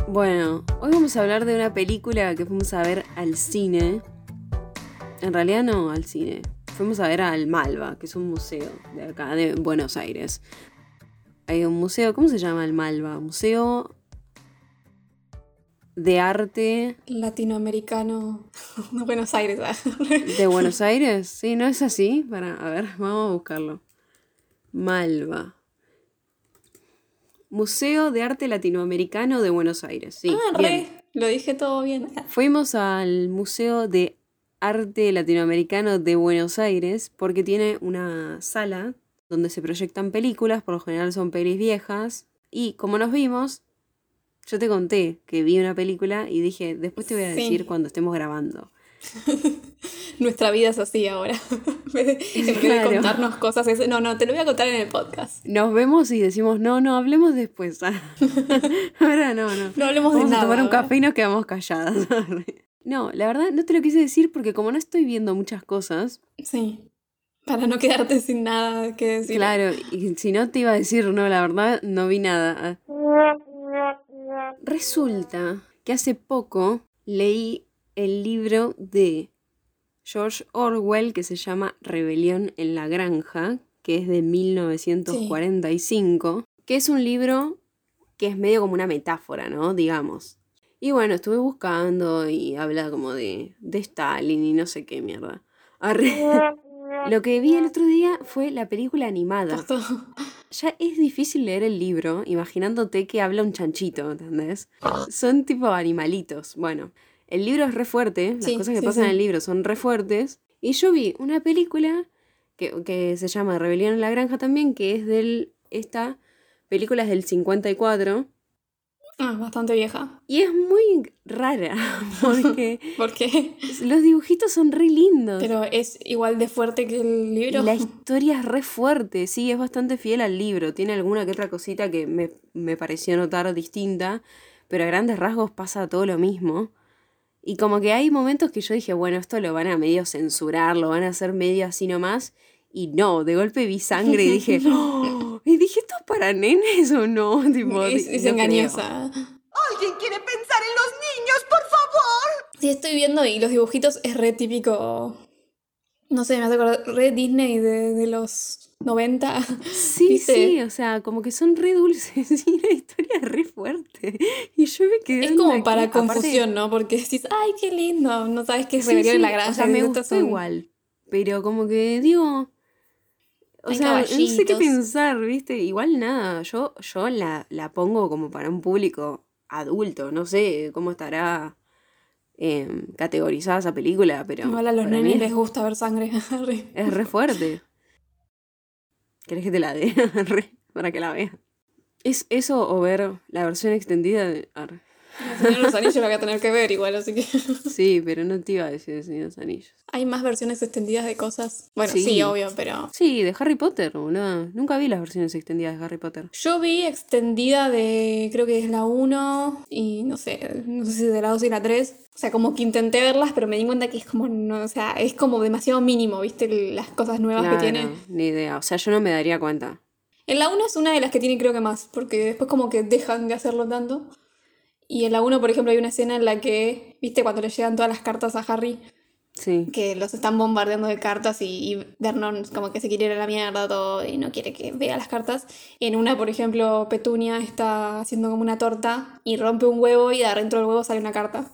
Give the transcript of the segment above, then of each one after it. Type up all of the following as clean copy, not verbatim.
Bueno, hoy vamos a hablar de una película que fuimos a ver al cine. En realidad no al cine. Fuimos a ver al Malva, que es un museo de acá, de Buenos Aires. Hay un museo, ¿cómo se llama el Malva? Museo de Arte Latinoamericano de Buenos Aires. de Buenos Aires. Sí, ¿no es así? A ver, vamos a buscarlo. Malva. Museo de Arte Latinoamericano de Buenos Aires. Sí, bien. Lo dije todo bien. Fuimos al Museo de Arte Latinoamericano de Buenos Aires porque tiene una sala donde se proyectan películas, por lo general son pelis viejas, y como nos vimos, yo te conté que vi una película y dije, después te voy a decir cuando estemos grabando. Nuestra vida es así ahora. En vez de contarnos cosas, no, te lo voy a contar en el podcast. Nos vemos y decimos, no, hablemos después. Ahora no. No hablemos de nada. Vamos a tomar un café y nos quedamos calladas. No, la verdad no te lo quise decir porque como no estoy viendo muchas cosas... Sí, para no quedarte sin nada que decir. Claro, y si no te iba a decir, no, la verdad no vi nada. Resulta que hace poco leí el libro de George Orwell que se llama Rebelión en la Granja, que es de 1945, que es un libro que es medio como una metáfora, ¿no? Digamos. Y bueno, estuve buscando y habla como de Stalin y no sé qué mierda. Lo que vi el otro día fue la película animada. Ya es difícil leer el libro imaginándote que habla un chanchito, ¿entendés? Son tipo animalitos. Bueno, el libro es re fuerte, las cosas que pasan en el libro son re fuertes. Y yo vi una película que se llama Rebelión en la Granja también, que es esta película es del 54. Bastante vieja. Y es muy rara, porque... ¿Por qué? Los dibujitos son re lindos. Pero es igual de fuerte que el libro. Y la historia es re fuerte, sí, es bastante fiel al libro. Tiene alguna que otra cosita que me pareció notar distinta, pero a grandes rasgos pasa todo lo mismo. Y como que hay momentos que yo dije, bueno, esto lo van a medio censurar, lo van a hacer medio así nomás. Y no, de golpe vi sangre y dije, ¡oh! Y dije, ¿esto es para nenes o no? Tipo, es engañosa. ¿Alguien quiere pensar en los niños, por favor? Sí, estoy viendo y los dibujitos es re típico. No sé, me hace acordar re Disney de los 90. Sí, ¿viste? Sí, o sea, como que son re dulces y la historia es re fuerte. Y yo me quedé... Es como para confusión, ¿no? Porque decís, ¡ay, qué lindo! No sabes qué es Rebelión en la Granja. O sea, me gustó igual. Pero como que digo... O sea, no sé qué pensar, ¿viste? Igual nada, yo la pongo como para un público adulto. No sé cómo estará categorizada esa película, pero... Igual a los nenes les gusta ver sangre. Es re fuerte. ¿Querés que te la dé? Para que la veas. ¿Es eso o ver la versión extendida de... El Señor de los Anillos la voy a tener que ver igual, así que... Sí, pero no te iba a decir El Señor de los Anillos. ¿Hay más versiones extendidas de cosas? Bueno, sí obvio, pero... Sí, de Harry Potter, boludo. Nunca vi las versiones extendidas de Harry Potter. Yo vi extendida de... creo que es la 1 y no sé si de la 2 y la 3. O sea, como que intenté verlas, pero me di cuenta que es como... no, o sea, es como demasiado mínimo, ¿viste? Las cosas nuevas que tiene. Ni idea. O sea, yo no me daría cuenta. En la 1 es una de las que tiene creo que más, porque después como que dejan de hacerlo tanto. Y en la 1, por ejemplo, hay una escena en la que, ¿viste? Cuando le llegan todas las cartas a Harry. Sí. Que los están bombardeando de cartas y Vernon como que se quiere ir a la mierda todo y no quiere que vea las cartas. En una, por ejemplo, Petunia está haciendo como una torta y rompe un huevo y de adentro del huevo sale una carta.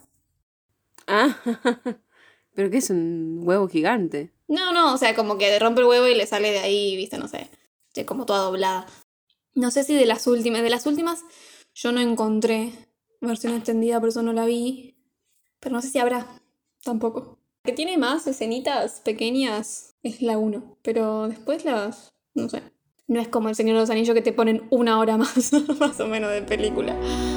Ah, ¿pero qué es un huevo gigante? No, o sea, como que rompe el huevo y le sale de ahí, ¿viste? No sé, como toda doblada. No sé si de las últimas yo no encontré versión extendida, por eso no la vi. Pero no sé si habrá, tampoco. La que tiene más escenitas pequeñas es la 1, pero después no sé. No es como El Señor de los Anillos que te ponen 1 hora más, más o menos de película.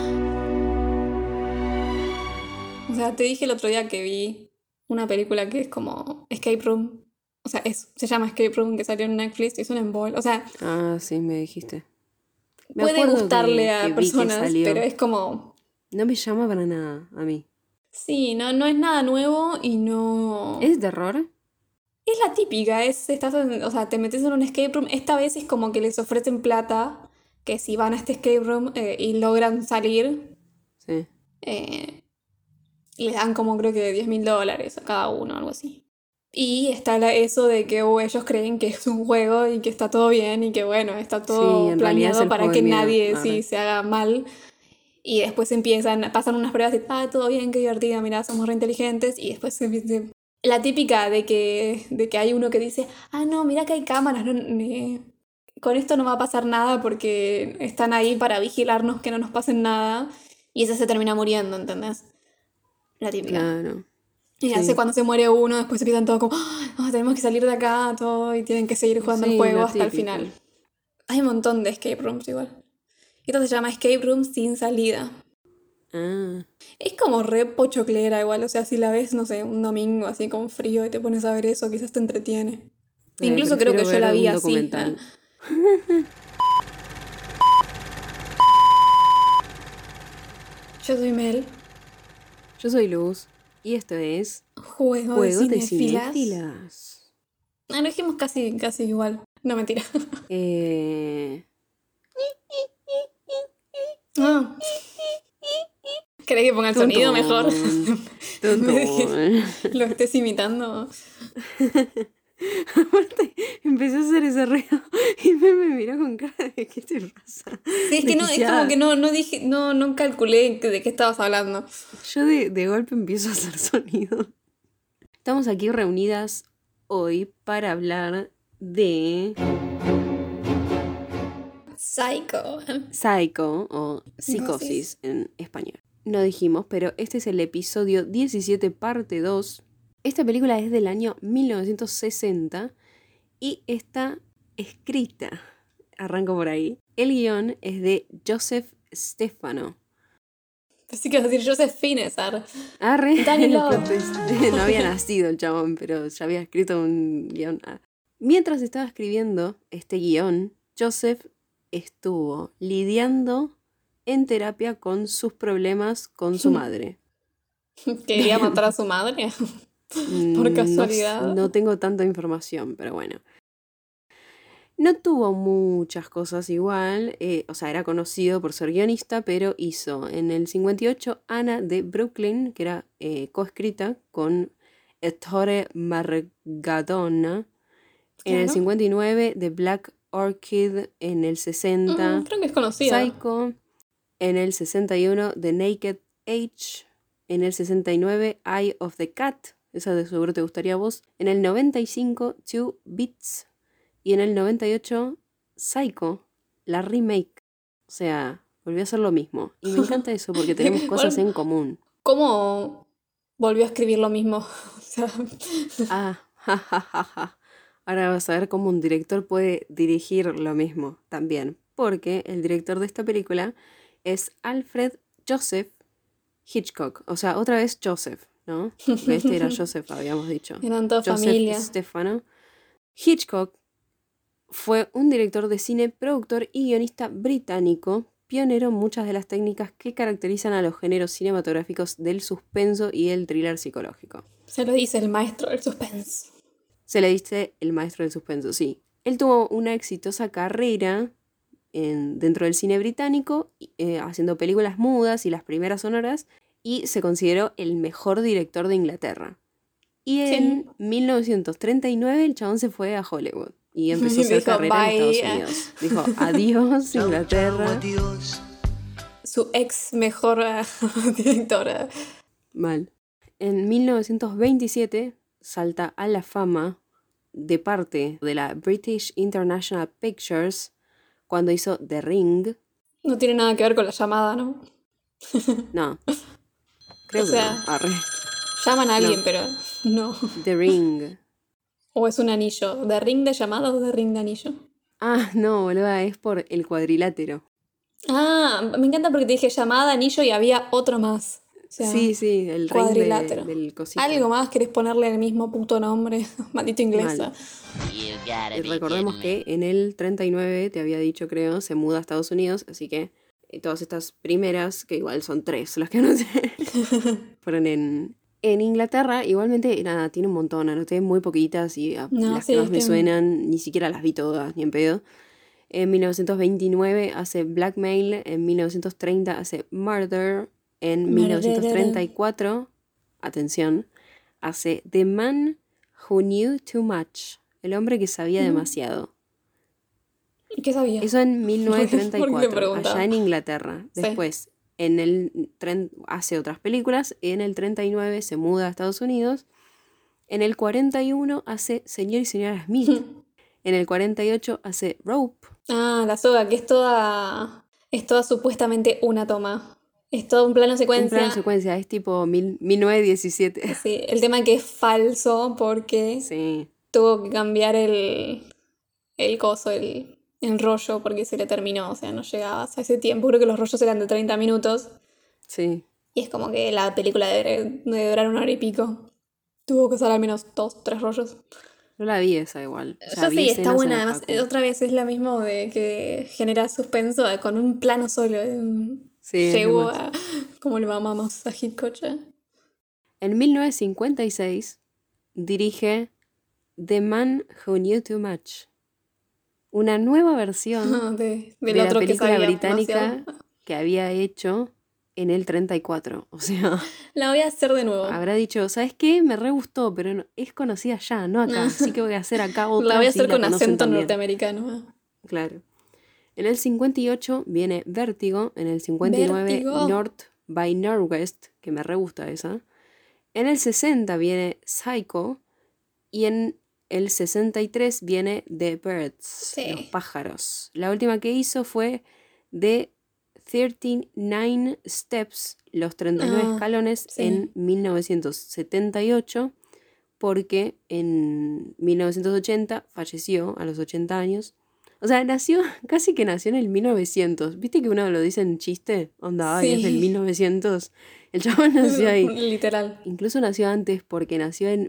O sea, te dije el otro día que vi una película que es como Escape Room. O sea, se llama Escape Room, que salió en Netflix, es un embol. O sea... Ah, sí, me dijiste. Puede gustarle a personas, pero es como... No me llama para nada, a mí. Sí, no es nada nuevo y no... ¿Es de terror? Es la típica, o sea, te metes en un escape room. Esta vez es como que les ofrecen plata, que si van a este escape room y logran salir, sí, les dan como creo que $10.000 a cada uno, algo así. Y está eso de que ellos creen que es un juego y que está todo bien y que bueno, está Sí, todo en realidad es planeado el para juego que del miedo. nadie Arre. sí se haga mal. Y después pasan unas pruebas y todo bien, qué divertida, mirá, somos re inteligentes. Y después la típica de que hay uno que dice, no, mirá que hay cámaras, con esto no va a pasar nada porque están ahí para vigilarnos que no nos pasen nada. Y ese se termina muriendo, ¿entendés? La típica. Claro. Y así Sí. cuando se muere uno, después se empiezan todo como, tenemos que salir de acá, todo, y tienen que seguir jugando el Sí, juego lo hasta el típico. final. Hay un montón de escape rooms igual. Esto se llama escape room sin salida. Ah, Es como re pochoclera igual, o sea, si la ves, no sé, un domingo así con frío y te pones a ver eso, quizás te entretiene. Incluso creo que prefiero yo la ver vi un así. documental. Yo soy Mel, Yo soy Luz y esto es juego de Juegos de cinéfilas. Cinéfilas. Lo dijimos casi igual. No, mentira. Ah, ¿querés que ponga el Tun, sonido mejor? tun, En vez de que tun. lo estés imitando. Aparte, empecé a hacer ese ruido y me miró con cara de ¿qué te pasa? Sí, es que no, es como que no dije, no calculé de qué estabas hablando. Yo de golpe empiezo a hacer sonido. Estamos aquí reunidas hoy para hablar de Psycho o Psicosis en español. No dijimos, pero este es el episodio 17 parte 2. Esta película es del año 1960 y está escrita, arranco por ahí. El guión es de Joseph Stefano. Así que vas a decir Joseph Fiennes, Arre, Danny el Love. plot twist. No había nacido el chabón, pero ya había escrito un guión. Mientras estaba escribiendo este guión, Joseph estuvo lidiando en terapia con sus problemas con su madre. Quería matar a su madre. Por casualidad. No tengo tanta información, pero bueno. No tuvo muchas cosas igual, o sea, era conocido por ser guionista, pero hizo en el 58 Ana de Brooklyn, que era coescrita con Ettore Margadona. En el Claro. 59 The Black Orchid, en el 60 Creo que es conocida. Psycho, en el 61 The Naked Age, en el 69 Eye of the Cat, esa de seguro te gustaría a vos, en el 95 Two Beats y en el 98 Psycho, la remake. O sea, volvió a hacer lo mismo. Y me encanta eso porque tenemos cosas en común. ¿Cómo volvió a escribir lo mismo? O sea, Ja. Ahora vas a ver cómo un director puede dirigir lo mismo también. Porque el director de esta película es Alfred Joseph Hitchcock. O sea, otra vez Joseph, ¿no? Porque este era Joseph, habíamos dicho. eran toda Joseph familia. Stefano. Hitchcock fue un director de cine, productor y guionista británico, pionero en muchas de las técnicas que caracterizan a los géneros cinematográficos del suspenso y el thriller psicológico. Se lo dice el maestro del suspense. Se le dice el maestro del suspenso, sí. Él tuvo una exitosa carrera dentro del cine británico, haciendo películas mudas y las primeras sonoras, y se consideró el mejor director de Inglaterra. Y en 1939 el chabón se fue a Hollywood y empezó a hacer Dijo, carrera en "Bye". Estados Unidos. Dijo, adiós Inglaterra. Su ex mejor directora. Mal. En 1927 salta a la fama de parte de la British International Pictures cuando hizo The Ring. No tiene nada que ver con la llamada, ¿no? No, creo O sea, que no. Arre. llaman a alguien, No. pero no. The Ring. O es un anillo. ¿De ring de llamada o de ring de anillo? No, boluda, es por el cuadrilátero. Me encanta porque te dije llamada, anillo y había otro más. O sea, Sí, el ring cuadrilátero. del cosito. ¿Algo más querés ponerle el mismo puto nombre? Maldito inglesa. Y recordemos que en el 39, te había dicho creo, se muda a Estados Unidos, así que todas estas primeras, que igual son 3 las que anoté, fueron en Inglaterra. Igualmente, nada, tiene un montón, anoté muy poquitas y las que más me suenan, ni siquiera las vi todas, ni en pedo. En 1929 hace Blackmail, en 1930 hace Murder, en 1934, atención, hace The Man Who Knew Too Much, el hombre que sabía demasiado. ¿Y qué sabía? Eso en ¿Por qué le 1934, preguntaba? allá en Inglaterra. Sí. Después, hace otras películas, en el 39 se muda a Estados Unidos, en el 41 hace Señor y Señora Smith, en el 48 hace Rope. Ah, la soga, que es toda supuestamente una toma. Es todo un plano Un secuencia. plano secuencia, es tipo 1917. Sí, el tema que es falso porque Sí, tuvo que cambiar el coso, el rollo, porque se le terminó, o sea, no llegabas a ese tiempo. Creo que los rollos eran de 30 minutos sí. y es como que la película debe durar 1 hora y pico. Tuvo que usar al menos 2, 3 rollos. No la vi esa igual. O sea, Yo vi sí, está escenas en buena. la Además, facu. otra vez es la misma de que genera suspenso con un plano solo. Sí, es Llegó nomás. a... ¿Cómo le llamamos a Hitchcock? En 1956 dirige The Man Who Knew Too Much, una nueva versión Del de la otro que película sabía británica demasiado. que había hecho en el 34. O sea, La voy a hacer de nuevo. habrá dicho, ¿sabes qué? Me re gustó, pero es conocida ya, no acá. Así que voy a hacer acá otra. La voy a así hacer con conocen acento también. norteamericano. Claro. En el 58 viene Vértigo, en el 59 Vértigo. North by Northwest, que me re gusta esa. En el 60 viene Psycho y en el 63 viene The Birds, Sí. los pájaros. La última que hizo fue The 39 Steps, los 39 escalones, sí. en 1978, porque en 1980 falleció a los 80 años. O sea, casi que nació en el 1900. ¿Viste que uno lo dice en chiste? Onda, ay, es del Sí. 1900. El chabón nació ahí. Literal. Incluso nació antes porque nació en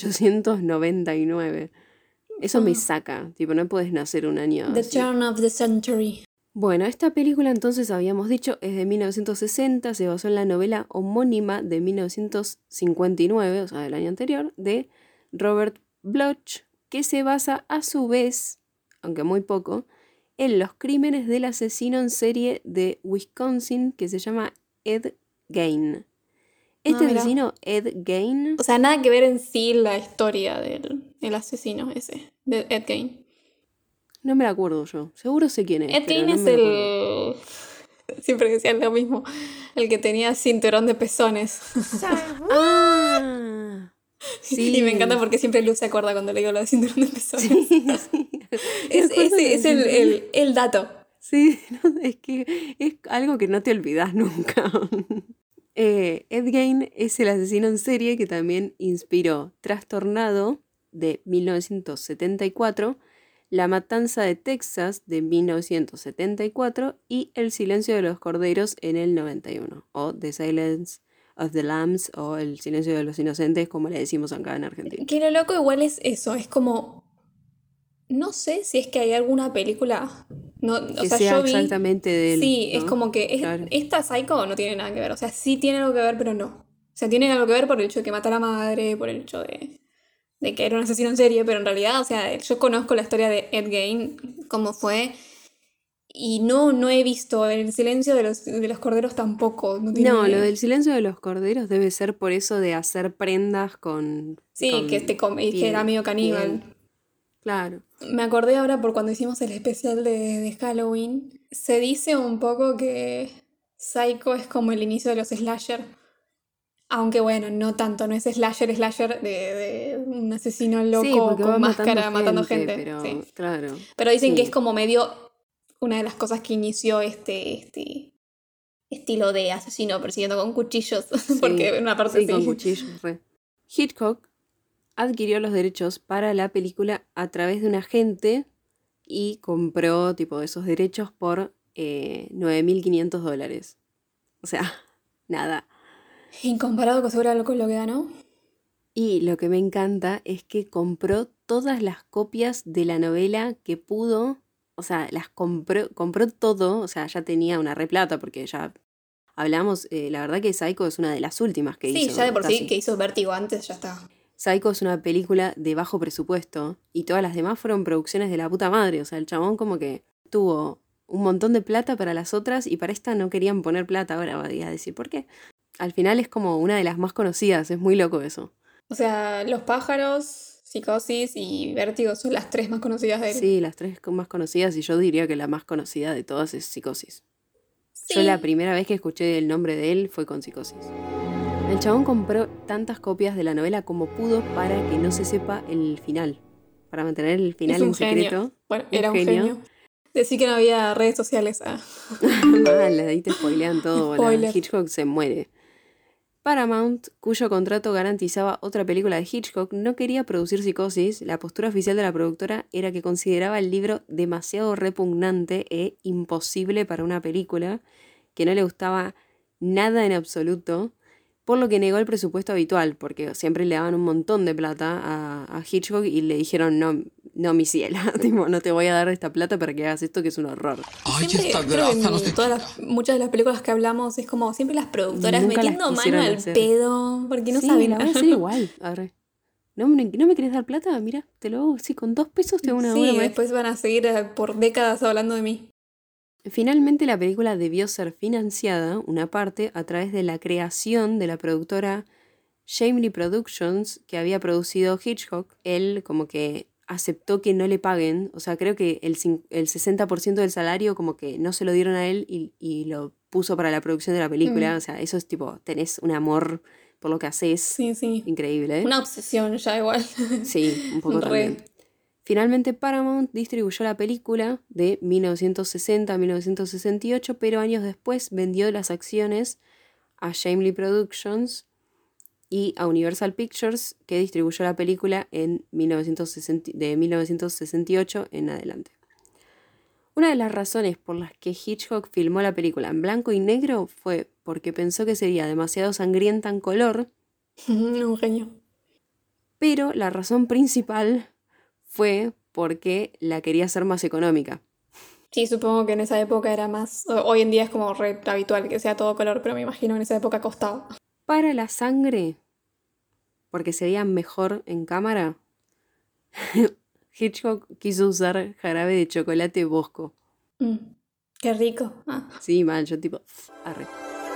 1899. Eso me saca. Tipo, no puedes nacer un año The así. Turn of the Century. Bueno, esta película entonces habíamos dicho es de 1960, se basó en la novela homónima de 1959, o sea, del año anterior, de Robert Bloch, que se basa a su vez, aunque muy poco, en los crímenes del asesino en serie de Wisconsin que se llama Ed Gein. Este mira. asesino, Ed Gein, O sea, nada que ver en sí la historia del asesino ese, de Ed Gein. no me la acuerdo yo, seguro sé quién es. Ed pero Gein no es me la acuerdo. Siempre decían lo mismo. El que tenía cinturón de pezones. Ah, sí. Y me encanta porque siempre Luz se acuerda cuando le digo lo de cinturón de pezones. Sí, sí. Ese es el dato. Sí, no, es que es algo que no te olvidas nunca. Ed Gein es el asesino en serie que también inspiró Trastornado de 1974, La Matanza de Texas de 1974 y El Silencio de los Corderos en el 91, o The Silence of the Lambs o El Silencio de los Inocentes, como le decimos acá en Argentina. Que lo loco igual es eso, es como... No sé si es que hay alguna película... No, o Que sea, sea yo vi... exactamente de él. Sí, ¿no? es como que Claro. esta Psycho no tiene nada que ver. O sea, sí tiene algo que ver, pero no. O sea, tiene algo que ver por el hecho de que mata a la madre, por el hecho de que era un asesino en serie, pero en realidad, o sea, yo conozco la historia de Ed Gein, cómo fue, y no he visto El Silencio de los Corderos tampoco. No, tiene... No, lo del Silencio de los Corderos debe ser por eso de hacer prendas con... Sí, con que, y que era medio caníbal. piel. Claro. Me acordé ahora por cuando hicimos el especial de Halloween. Se dice un poco que Psycho es como el inicio de los slasher. Aunque bueno, no tanto, no es slasher de un asesino loco Sí, porque con va máscara matando gente. pero Sí. claro. Pero dicen Sí. que es como medio una de las cosas que inició este estilo de asesino persiguiendo con cuchillos. Porque en una parte sí, con cuchillos. Re. Hitchcock adquirió los derechos para la película a través de un agente y compró tipo esos derechos por $9.500. O sea, nada. Y comparado con lo que ganó. Y lo que me encanta es que compró todas las copias de la novela que pudo. O sea, las compró todo. O sea, ya tenía una re plata porque ya hablamos. La verdad que Psycho es una de las últimas que hizo. Sí, ya de por casi. sí que hizo Vértigo antes, ya está. Psycho es una película de bajo presupuesto y todas las demás fueron producciones de la puta madre. O sea, el chabón como que tuvo un montón de plata para las otras y para esta no querían poner plata. Ahora voy a decir por qué. Al final es como una de las más conocidas, es muy loco eso. O sea, Los pájaros, Psicosis y Vértigo son las 3 más conocidas de él. Sí, las 3 más conocidas y yo diría que la más conocida de todas es Psicosis. Sí. Yo la primera vez que escuché el nombre de él fue con Psicosis. El chabón compró tantas copias de la novela como pudo para que no se sepa el final. Para mantener el final Es un en secreto. genio. Bueno, era un genio. Decí que no había redes sociales. Mal, ahí te spoilean todo. Spoiler. Hitchcock se muere. Paramount, cuyo contrato garantizaba otra película de Hitchcock, no quería producir Psicosis. La postura oficial de la productora era que consideraba el libro demasiado repugnante e imposible para una película, que no le gustaba nada en absoluto, por lo que negó el presupuesto habitual, porque siempre le daban un montón de plata a Hitchcock y le dijeron, no, mi ciela, tipo, no te voy a dar esta plata para que hagas esto que es un horror. Ay, Siempre, esta creo que grasa no en se muchas de las películas que hablamos es como siempre las productoras Nunca las metiendo mano quisieron al hacer. pedo porque no sí, saben. la voy a hacer igual. Arre. ¿No me querés dar plata? Mira, te lo hago, sí, con 2 pesos te hago una obra Sí, maestra. después van a seguir por décadas hablando de mí. Finalmente la película debió ser financiada, una parte, a través de la creación de la productora Shamley Productions, que había producido Hitchcock. Él como que aceptó que no le paguen, o sea, creo que el 60% del salario como que no se lo dieron a él y lo puso para la producción de la película. O sea, eso es tipo, tenés un amor por lo que haces Sí, sí. increíble, ¿eh? Una obsesión ya igual. Sí, un poco Re. también. Finalmente Paramount distribuyó la película de 1960 a 1968, pero años después vendió las acciones a Shamley Productions y a Universal Pictures, que distribuyó la película en de 1968 en adelante. Una de las razones por las que Hitchcock filmó la película en blanco y negro fue porque pensó que sería demasiado sangrienta en color, Un genio. pero la razón principal fue porque la quería hacer más económica. Sí, supongo que en esa época era más. Hoy en día es como re habitual que sea todo color, pero me imagino en esa época costaba. Para la sangre, porque se veía mejor en cámara, Hitchcock quiso usar jarabe de chocolate Bosco. Qué rico. Sí, mal, yo tipo, arre.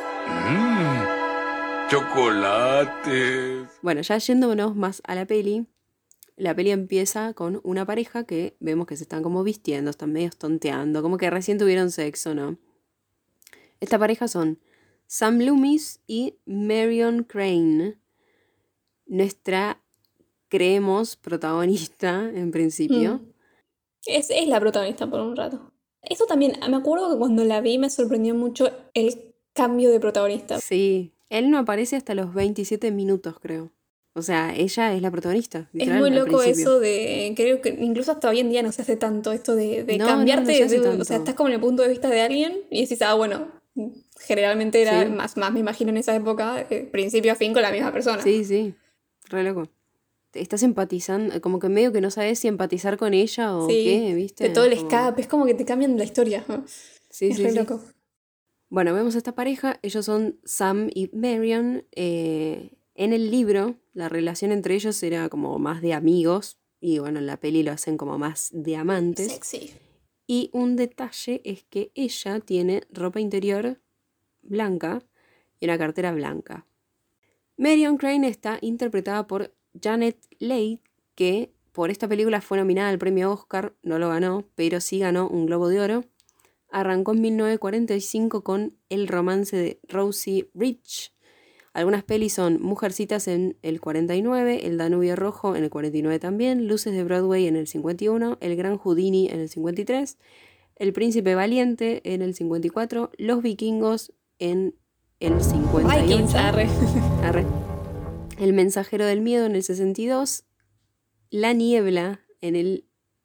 Chocolates. Bueno, ya yéndonos más a la peli empieza con una pareja que vemos que se están como vistiendo, están medio tonteando, como que recién tuvieron sexo, ¿no? Esta pareja son Sam Loomis y Marion Crane, nuestra, creemos, protagonista en principio. Es la protagonista por un rato. Eso también, me acuerdo que cuando la vi me sorprendió mucho el cambio de protagonista. Sí, él no aparece hasta los 27 minutos, creo. O sea, ella es la protagonista. Es literal, muy al loco principio. eso de, creo que incluso hasta hoy en día no se hace tanto esto de No, cambiarte, no se hace o tanto. sea, estás como en el punto de vista de alguien y decís, bueno, generalmente era Sí. más me imagino en esa época, principio a fin con la misma persona. Sí, re loco. Te estás empatizando, como que medio que no sabes si empatizar con ella o Sí, qué, ¿viste? de todo el Como- escape, es como que te cambian la historia. ¿No? Sí, Es sí, re sí. loco. Bueno, vemos a esta pareja, ellos son Sam y Marion. En el libro, la relación entre ellos era como más de amigos, y bueno, en la peli lo hacen como más de amantes. Sexy. Y un detalle es que ella tiene ropa interior blanca y una cartera blanca. Marion Crane está interpretada por Janet Leigh, que por esta película fue nominada al premio Oscar, no lo ganó, pero sí ganó un Globo de Oro. Arrancó en 1945 con El romance de Rosie Rich. Algunas pelis son Mujercitas en el 49, El Danubio Rojo en el 49 también, Luces de Broadway en el 51, El Gran Houdini en el 53, El Príncipe Valiente en el 54, Los Vikingos en el 58. Vikings, arre. Arre. El Mensajero del Miedo en el 62, La Niebla en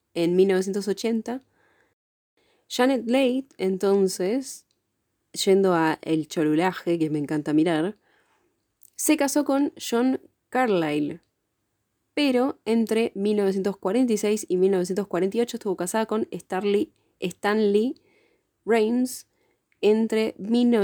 1980. Janet Leigh, entonces, yendo a el cholulaje que me encanta mirar, se casó con John Carlyle, pero entre 1946 y 1948 estuvo casada con Stanley Rains. Entre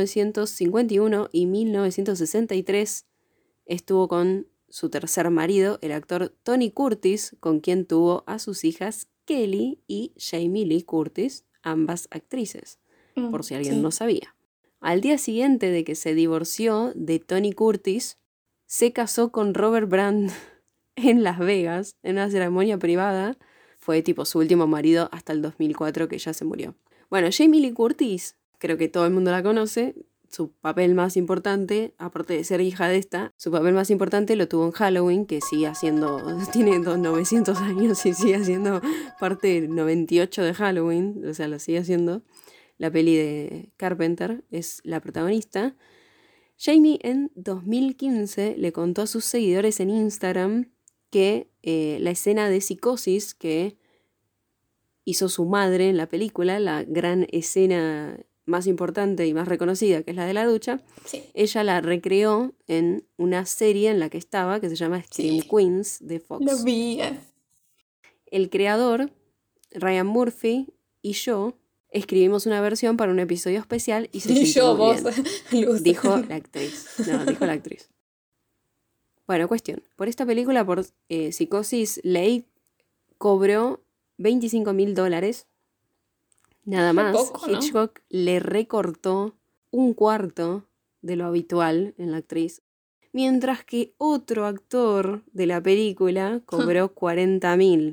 1951 y 1963 estuvo con su tercer marido, el actor Tony Curtis, con quien tuvo a sus hijas Kelly y Jamie Lee Curtis, ambas actrices, por si alguien Sí. no sabía. Al día siguiente de que se divorció de Tony Curtis, se casó con Robert Brand en Las Vegas, en una ceremonia privada. Fue tipo su último marido hasta el 2004, que ya se murió. Bueno, Jamie Lee Curtis, creo que todo el mundo la conoce. Su papel más importante, aparte de ser hija de esta, su papel más importante lo tuvo en Halloween, que sigue haciendo, tiene 900 años y sigue haciendo parte 98 de Halloween, o sea, lo sigue haciendo. La peli de Carpenter es la protagonista. Jamie en 2015 le contó a sus seguidores en Instagram que la escena de psicosis que hizo su madre en la película, la gran escena más importante y más reconocida, que es la de la ducha, Sí. ella la recreó en una serie en la que estaba, que se llama Scream Sí. Queens de Fox. Lo vi. El creador, Ryan Murphy, y yo escribimos una versión para un episodio especial y se Y sintió yo, muy vos, bien. Luz. Dijo la actriz. No, dijo la actriz. Bueno, cuestión. Por esta película, por Psicosis, Leigh cobró $25,000. Nada más. poco, ¿no? Hitchcock le recortó un cuarto de lo habitual en la actriz. Mientras que otro actor de la película cobró $40,000.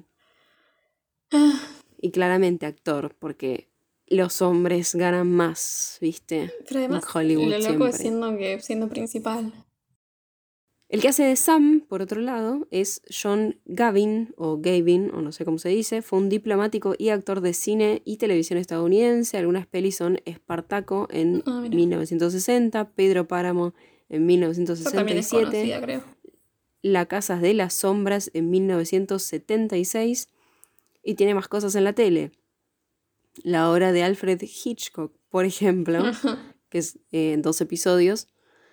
Y claramente actor, porque los hombres ganan más, ¿viste? Pero además, en Hollywood lo loco es siempre. siendo principal. El que hace de Sam, por otro lado, es John Gavin, o Gavin, o no sé cómo se dice. Fue un diplomático y actor de cine y televisión estadounidense. Algunas pelis son Espartaco en Mira. 1960, Pedro Páramo en Esa también es 1967, conocida, creo. La Casa de las Sombras en 1976, y tiene más cosas en la tele. La obra de Alfred Hitchcock, por ejemplo, que es 2 episodios.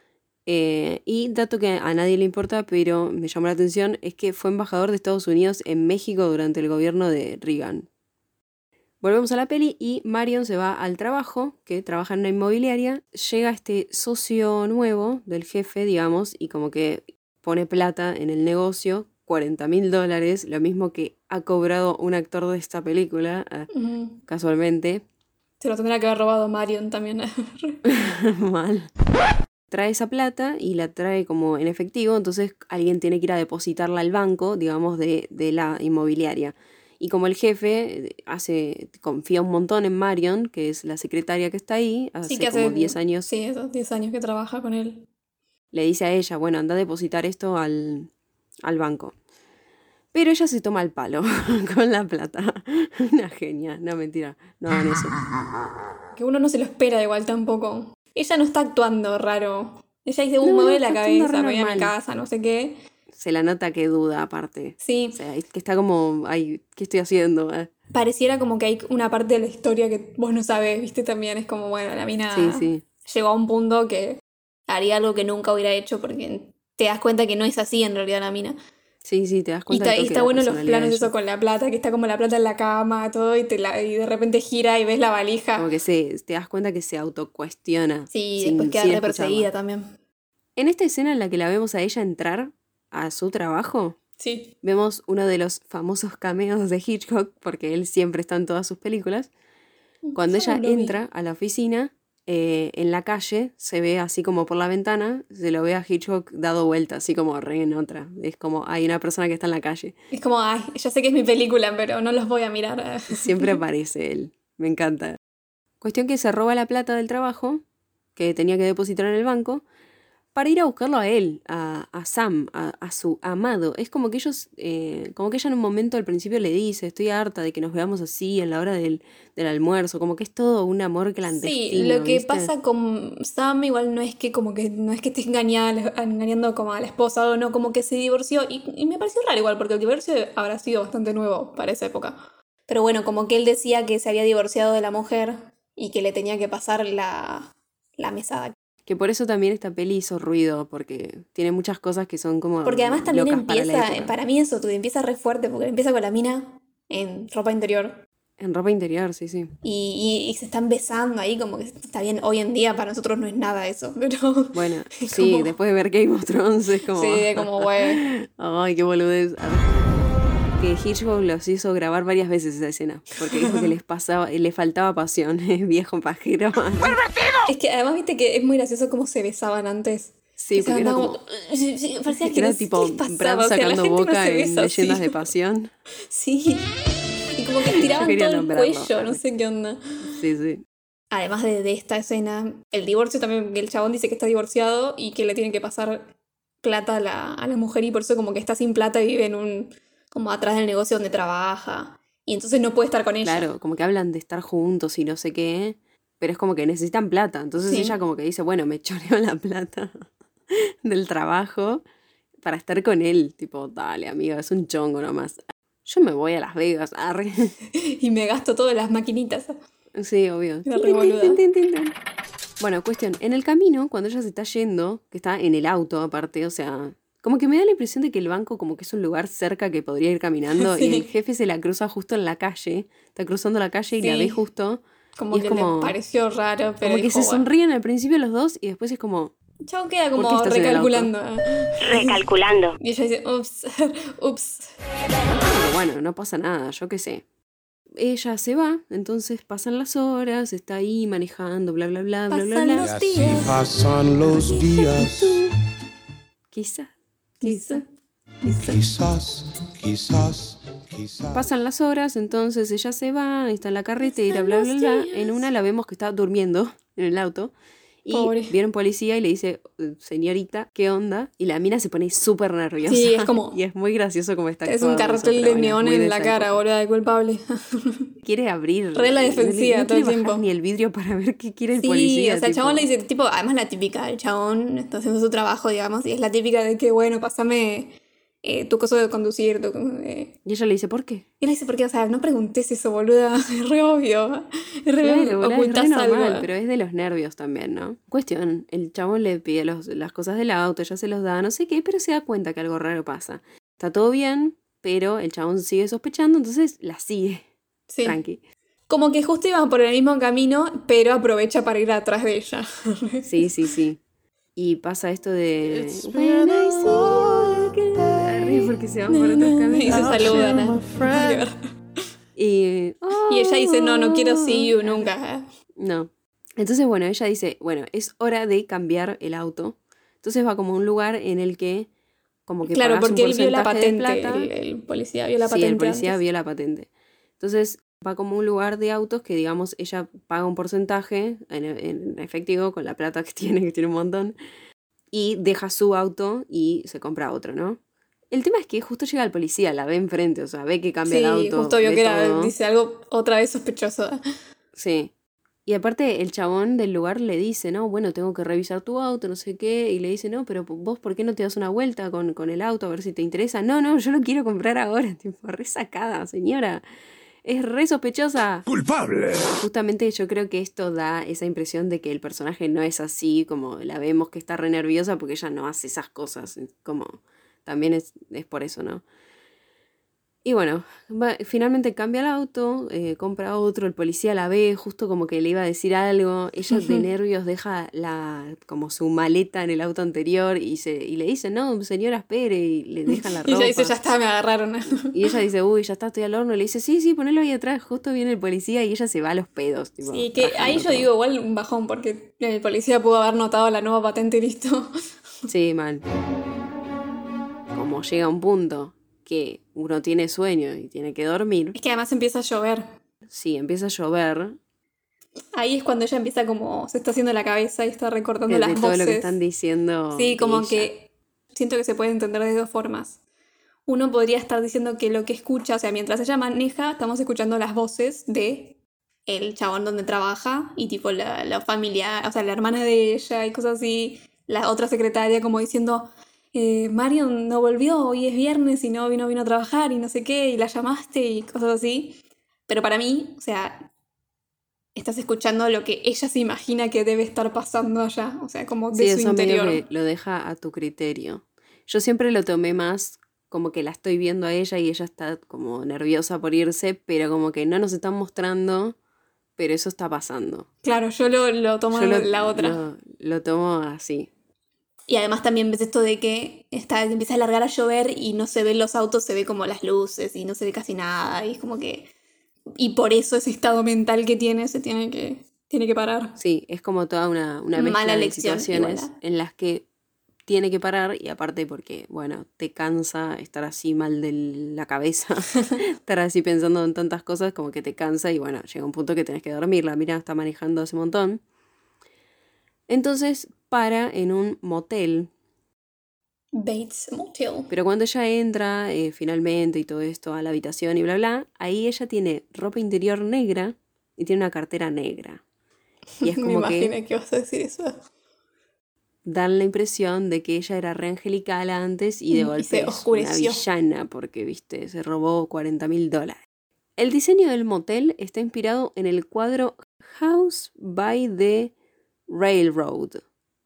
Y dato que a nadie le importa, pero me llamó la atención, es que fue embajador de Estados Unidos en México durante el gobierno de Reagan. Volvemos a la peli y Marion se va al trabajo, que trabaja en una inmobiliaria. Llega este socio nuevo del jefe, digamos, y como que pone plata en el negocio, $40,000, lo mismo que ha cobrado un actor de esta película, casualmente. Se lo tendrá que haber robado Marion también. Mal. Trae esa plata y la trae como en efectivo, entonces alguien tiene que ir a depositarla al banco, digamos, de la inmobiliaria. Y como el jefe confía un montón en Marion, que es la secretaria que está ahí, Sí, que como 10 años, Sí, esos 10 años que trabaja con él. le dice a ella, bueno, anda a depositar esto al banco. Pero ella se toma el palo con la plata. Una genia, no, mentira, no hagan eso. Que uno no se lo espera igual tampoco. Ella no está actuando raro. Ella dice, me No, duele está la actuando cabeza, re me voy a mi normal. casa, no sé qué. Se la nota que duda aparte. Sí, O sea, es que está como, ay, ¿qué estoy haciendo? pareciera como que hay una parte de la historia que vos no sabés, ¿viste? También es como, bueno, la mina Sí. llegó a un punto que haría algo que nunca hubiera hecho porque te das cuenta que no es así en realidad la mina. Sí, te das Y cuenta está, del y toque está de la bueno los personalidad planos de eso ella. con la plata, que está como la plata en la cama, todo, y de repente gira y ves la valija. Como que te das cuenta que se autocuestiona. Sí, sin- después queda sin re escucharla. perseguida también. En esta escena en la que la vemos a ella entrar a su trabajo, Sí. vemos uno de los famosos cameos de Hitchcock, porque él siempre está en todas sus películas. Cuando Yo ella no lo vi. entra a la oficina, en la calle, se ve así como por la ventana, se lo ve a Hitchcock dado vuelta, así como re en otra. Es como, hay una persona que está en la calle. Es como, ay, ya sé que es mi película, pero no los voy a mirar. Siempre aparece él. Me encanta. Cuestión que se roba la plata del trabajo, que tenía que depositar en el banco, para ir a buscarlo a él, a Sam, a su amado. Es como que ellos, como que ella en un momento al principio le dice, estoy harta de que nos veamos así en la hora del almuerzo, como que es todo un amor clandestino. Sí, lo que ¿viste? pasa con Sam igual no es que esté engañando como a la esposa o no, como que se divorció y me pareció raro igual porque el divorcio habrá sido bastante nuevo para esa época. Pero bueno, como que él decía que se había divorciado de la mujer y que le tenía que pasar la mesada. Que por eso también esta peli hizo ruido, porque tiene muchas cosas que son como Porque además también locas para la empieza, época. para mí eso, empieza re fuerte porque empieza con la mina en ropa interior. En ropa interior, sí. Y se están besando ahí, como que está bien, hoy en día para nosotros no es nada eso, pero... Bueno, es sí, como- después de ver Game of Thrones es como... Sí, como güey. Ay, qué boludez. que Hitchcock los hizo grabar varias veces esa escena, porque dijo que le faltaba pasión, viejo pajero. Es que además viste que es muy gracioso cómo se besaban antes. Sí, Que se porque era andaban como... sí, parecía que Era no sé tipo qué les pasaba, Brad o sea, la sacando gente no boca se en besa así. Leyendas de Pasión. Sí, y como que estiraban quería todo el nombrarlo. cuello, no sé qué onda. Sí, sí. Además de esta escena, el divorcio también, que el chabón dice que está divorciado y que le tiene que pasar plata a la mujer y por eso como que está sin plata y vive como atrás del negocio donde trabaja. Y entonces no puede estar con ella. Claro, como que hablan de estar juntos y no sé qué, pero es como que necesitan plata. Entonces Sí. ella como que dice, bueno, me choreo la plata del trabajo para estar con él. Tipo, dale, amiga, es un chongo nomás. Yo me voy a Las Vegas, arre. Y me gasto todas las maquinitas. Sí, obvio. Era re boluda. Bueno, cuestión, en el camino, cuando ella se está yendo, que está en el auto aparte, o sea, como que me da la impresión de que el banco como que es un lugar cerca que podría ir caminando Sí. y el jefe se la cruza justo en la calle, está cruzando la calle y la Sí. ve justo. Como y es que como, le pareció raro, pero como que dijo, se bueno. sonríen al principio los dos y después es como, Chao queda ¿por qué como estás en el auto? recalculando. Recalculando. Y ella dice, ups, ups. pero bueno, no pasa nada, yo qué sé. Ella se va, entonces pasan las horas, está ahí manejando, bla, bla, bla, bla, bla, Pasan bla. los Así días. pasan los días. Quizá. Quizá. Quizás. Pasan las horas, entonces ella se va, está en la carretera, bla, bla, bla. En una la vemos que está durmiendo en el auto. Y Pobre. viene un policía y le dice, señorita, ¿qué onda? Y la mina se pone súper nerviosa. Sí, es como- Y es muy gracioso como está Es un actuado eso, cartel pero de bueno, es neón muy de en la esa cara, época. boluda, de culpable. Quiere abrir. Re la defensiva no todo el quiere bajar tiempo. ni el vidrio para ver qué quiere el Sí, policía. o sea, el tipo. chabón le dice, tipo, además la típica, el chabón está haciendo su trabajo, digamos, y es la típica de que, bueno, pásame tu coso de conducir, Y ella le dice, ¿por qué? Y él dice, ¿por qué? O sea, no preguntes eso, boluda, es re obvio, es re Claro, boludo, es ocultás re algo. normal, pero es de los nervios también, ¿no? Cuestión, el chabón le pide las cosas del auto, ella se los da, no sé qué, pero se da cuenta que algo raro pasa. Está todo bien, pero el chabón sigue sospechando, entonces la sigue. Sí. Tranqui. Como que justo iban por el mismo camino, pero aprovecha para ir atrás de ella. Sí, sí, sí. Y pasa esto de... It's When I see you again. Arre, porque se van por otros Y se caminos. saludan. Y... Y ella dice, no quiero see you nunca. No. Entonces, bueno, ella dice, bueno, es hora de cambiar el auto. Entonces va como a un lugar en el que como que Claro, pagás porque un él vio la porcentaje de patente, plata. el policía vio la Sí, patente. el policía antes. vio la patente. Entonces va como a un lugar de autos que, digamos, ella paga un porcentaje en efectivo con la plata que tiene un montón, y deja su auto y se compra otro, ¿no? El tema es que justo llega el policía, la ve enfrente, o sea, ve que cambia Sí, el auto. justo vio ve que era, todo. dice algo otra vez sospechoso. Sí. Y aparte el chabón del lugar le dice, no, bueno, tengo que revisar tu auto, no sé qué. Y le dice, no, pero vos, ¿por qué no te das una vuelta con el auto a ver si te interesa? No, yo lo quiero comprar ahora. Tipo, re sacada, señora. Es re sospechosa. ¡Culpable! Justamente yo creo que esto da esa impresión de que el personaje no es así, como la vemos que está re nerviosa porque ella no hace esas cosas. Como también es por eso, ¿no? Y bueno, finalmente cambia el auto, compra otro, el policía la ve, justo como que le iba a decir algo, ella de nervios deja como su maleta en el auto anterior y le dice, no, señora, espere, y le dejan la Y ropa. ella dice, ya está, me agarraron. Y ella dice, uy, ya está, estoy al horno, y le dice, sí, ponelo ahí atrás, justo viene el policía y ella se va a los pedos. Tipo, Sí, que ahí yo rajando digo igual un bajón, porque el policía pudo haber notado la nueva patente y listo. todo. Sí, mal. Como llega un punto que uno tiene sueño y tiene que dormir, Es que además empieza a llover. sí, empieza a llover. Ahí es cuando ella empieza como, se está haciendo la cabeza y está recortando De las todo voces. lo que están diciendo. Sí, de como ella. que siento que se puede entender de dos formas. Uno podría estar diciendo que lo que escucha, o sea, mientras ella maneja, estamos escuchando las voces de el chabón donde trabaja y tipo la familia, o sea, la hermana de ella y cosas así, la otra secretaria como diciendo, Marion no volvió, hoy es viernes y no vino a trabajar y no sé qué, y la llamaste y cosas así. Pero para mí, o sea, estás escuchando lo que ella se imagina que debe estar pasando allá, o sea, como de Sí, su eso interior. medio que lo deja a tu criterio. Yo siempre lo tomé más como que la estoy viendo a ella y ella está como nerviosa por irse, pero como que no nos están mostrando, pero eso está pasando. Claro, yo lo tomo Yo la otra. lo tomo así. Y además también ves esto de que empieza a largar a llover y no se ven los autos, se ve como las luces y no se ve casi nada. Y es como que... Y por eso ese estado mental que tiene tiene que parar. Sí, es como toda una mezcla Mala de lección, situaciones igual. en las que tiene que parar y aparte porque, bueno, te cansa estar así mal de la cabeza, estar así pensando en tantas cosas como que te cansa y bueno, llega un punto que tenés que dormirla. Mira, está manejando hace un montón. Entonces para en un motel. Bates Motel. Pero cuando ella entra finalmente y todo esto a la habitación y bla bla, ahí ella tiene ropa interior negra y tiene una cartera negra. Y es Me como que imaginé que vas a decir eso. dan la impresión de que ella era re angelical antes y de Y golpe se es una oscureció. villana porque, viste, se robó $40,000. El diseño del motel está inspirado en el cuadro House by the Railroad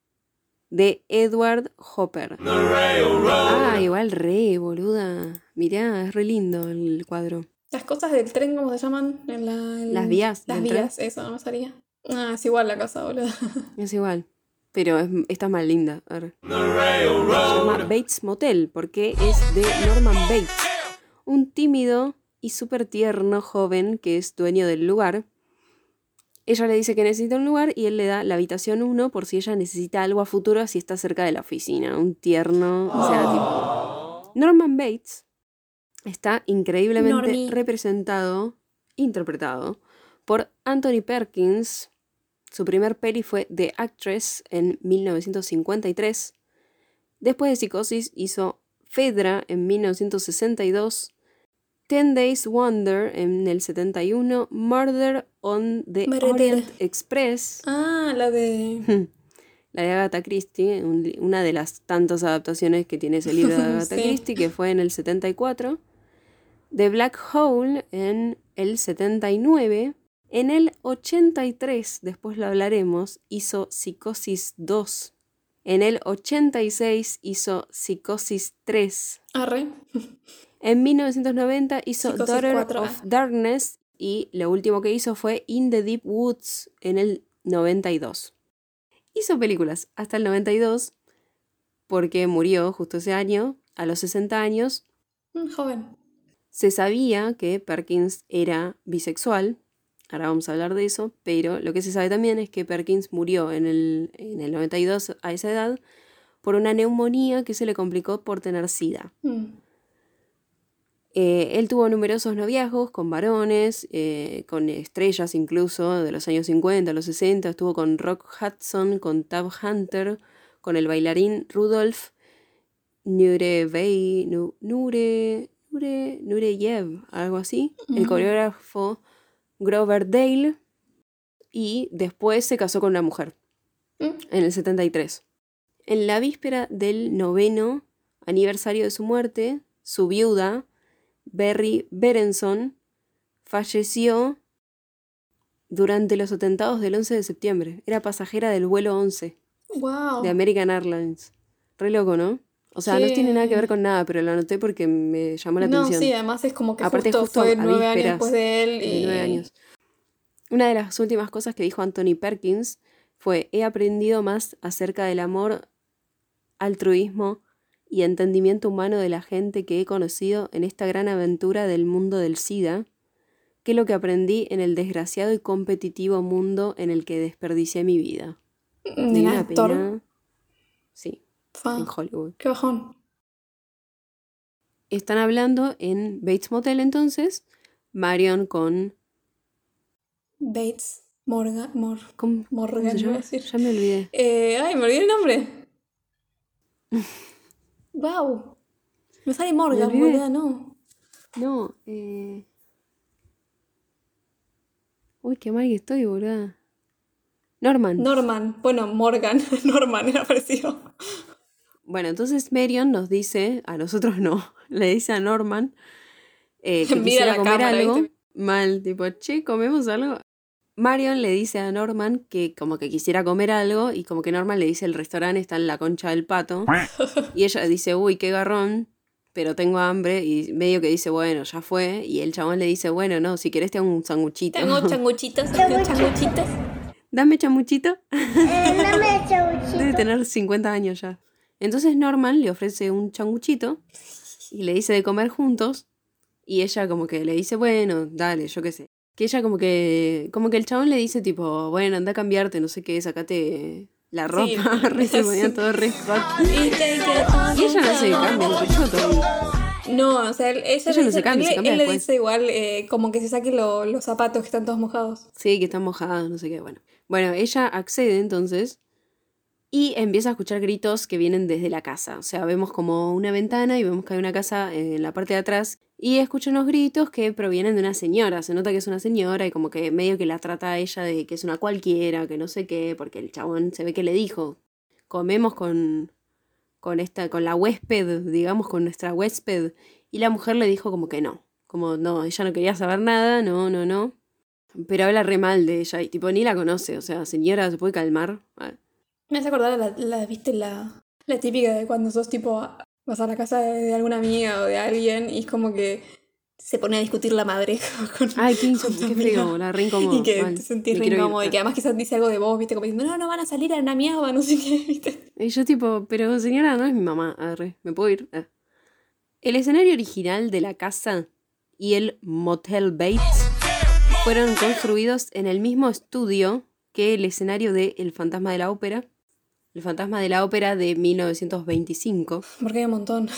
de Edward Hopper. Ah, igual re, boluda. Mirá, es re lindo el cuadro. Las cosas del tren, ¿cómo se llaman? Las vías Las del vías, eso no me salía. Ah, es igual la casa, boludo. Es igual. Pero esta es más linda. A ver. Se llama Bates Motel porque es de Norman Bates, un tímido y súper tierno joven que es dueño del lugar. Ella le dice que necesita un lugar y él le da la habitación 1 por si ella necesita algo a futuro, así está cerca de la oficina. Un tierno, o sea, tipo... Norman Bates está increíblemente Normie. interpretado por Anthony Perkins. Su primer peli fue The Actress en 1953. Después de Psicosis hizo Fedra en 1962. 10 Days Wonder en el 71, Murder on the Orient Express. Ah, la de... La de Agatha Christie, una de las tantas adaptaciones que tiene ese libro de Agatha Sí. Christie, que fue en el 74. The Black Hole en el 79. En el 83, después lo hablaremos, hizo Psicosis 2. En el 86 hizo Psicosis 3. Arre. En 1990 hizo Psicosis Daughter 4. of Darkness y lo último que hizo fue In the Deep Woods en el 92. Hizo películas hasta el 92 porque murió justo ese año, a los 60 años. Joven. Se sabía que Perkins era bisexual, ahora vamos a hablar de eso, pero lo que se sabe también es que Perkins murió en el 92 a esa edad por una neumonía que se le complicó por tener SIDA. Él tuvo numerosos noviazgos con varones, con estrellas incluso de los años 50, los 60. Estuvo con Rock Hudson, con Tab Hunter, con el bailarín Rudolf Nureyev, algo así. El coreógrafo Grover Dale. Y después se casó con una mujer en el 73. En la víspera del 9º aniversario de su muerte, su viuda, Berry Berenson, falleció durante los atentados del 11 de septiembre. Era pasajera del vuelo 11 Wow. de American Airlines. Re loco, ¿no? O sea, no tiene nada que ver con nada, pero lo anoté porque me llamó la atención. Sí, además es como que Aparte, justo fue a 9 años vísperas después de él. de 9 años. Una de las últimas cosas que dijo Anthony Perkins fue: he aprendido más acerca del amor, altruismo y entendimiento humano de la gente que he conocido en esta gran aventura del mundo del SIDA, que lo que aprendí en el desgraciado y competitivo mundo en el que desperdicié mi vida. ¿De una actor? pena. Sí, Fa, en Hollywood. qué bajón. Están hablando en Bates Motel entonces, Marion con... Bates Morgan. ¿Cómo Morgan, se iba a llama? decir. Ya me olvidé. Ay, me olvidé el nombre. Wow. Me sale Morgan, olvidé. boluda, no. No, Uy, qué mal que estoy, boluda. Norman. Bueno, Morgan. Norman era parecido. Bueno, entonces Marion nos dice, a nosotros no, le dice a Norman que Mira quisiera la comer cámara, algo. ¿viste? Mal, tipo, che, ¿comemos algo? Marion le dice a Norman que como que quisiera comer algo y como que Norman le dice el restaurante está en la Concha del Pato y ella dice, uy, qué garrón, pero tengo hambre y medio que dice, bueno, ya fue y el chabón le dice, bueno, no, si querés te hago un sanguchito. Tengo changuchitos. Changuchitos. Dame chamuchito. Dame chabuchito. tener 50 años ya. Entonces Norman le ofrece un changuchito y le dice de comer juntos. Y ella como que le dice, bueno, dale, yo qué sé. Que ella como que el chabón le dice tipo, bueno, anda a cambiarte, no sé qué, sacate la ropa. Sí, Se ponía todo re hot. Y Y ella no se cambia el pechoto. No, o sea, ella no se cambia, se cambia él le después. dice igual como que se saque los zapatos que están todos mojados. Sí, que están mojados, no sé qué, bueno. Bueno, ella accede entonces y empieza a escuchar gritos que vienen desde la casa. O sea, vemos como una ventana y vemos que hay una casa en la parte de atrás y escucha unos gritos que provienen de una señora. Se nota que es una señora y como que medio que la trata a ella de que es una cualquiera, que no sé qué, porque el chabón se ve que le dijo, comemos con la huésped, digamos, con nuestra huésped. Y la mujer le dijo como que no. Como no, ella no quería saber nada, no. Pero habla re mal de ella y tipo ni la conoce. O sea, señora, ¿se puede calmar? Ah, Me hace acordar ¿viste la típica de cuando sos tipo, vas a la casa de alguna amiga o de alguien y es como que se pone a discutir la madre con Ay, qué tu feo, amiga. la re incómodo. Y que mal. te sentís Me re quiero ir. incómodo y que además quizás dice algo de vos, viste, como diciendo, no van a salir a la mierda, no sé qué, viste. Y yo tipo, pero señora, no es mi mamá. Arre, ¿me puedo ir? Ah. El escenario original de la casa y el Motel Bates fueron construidos en el mismo estudio que el escenario de El Fantasma de la Ópera. El Fantasma de la Ópera de 1925. Porque hay un montón.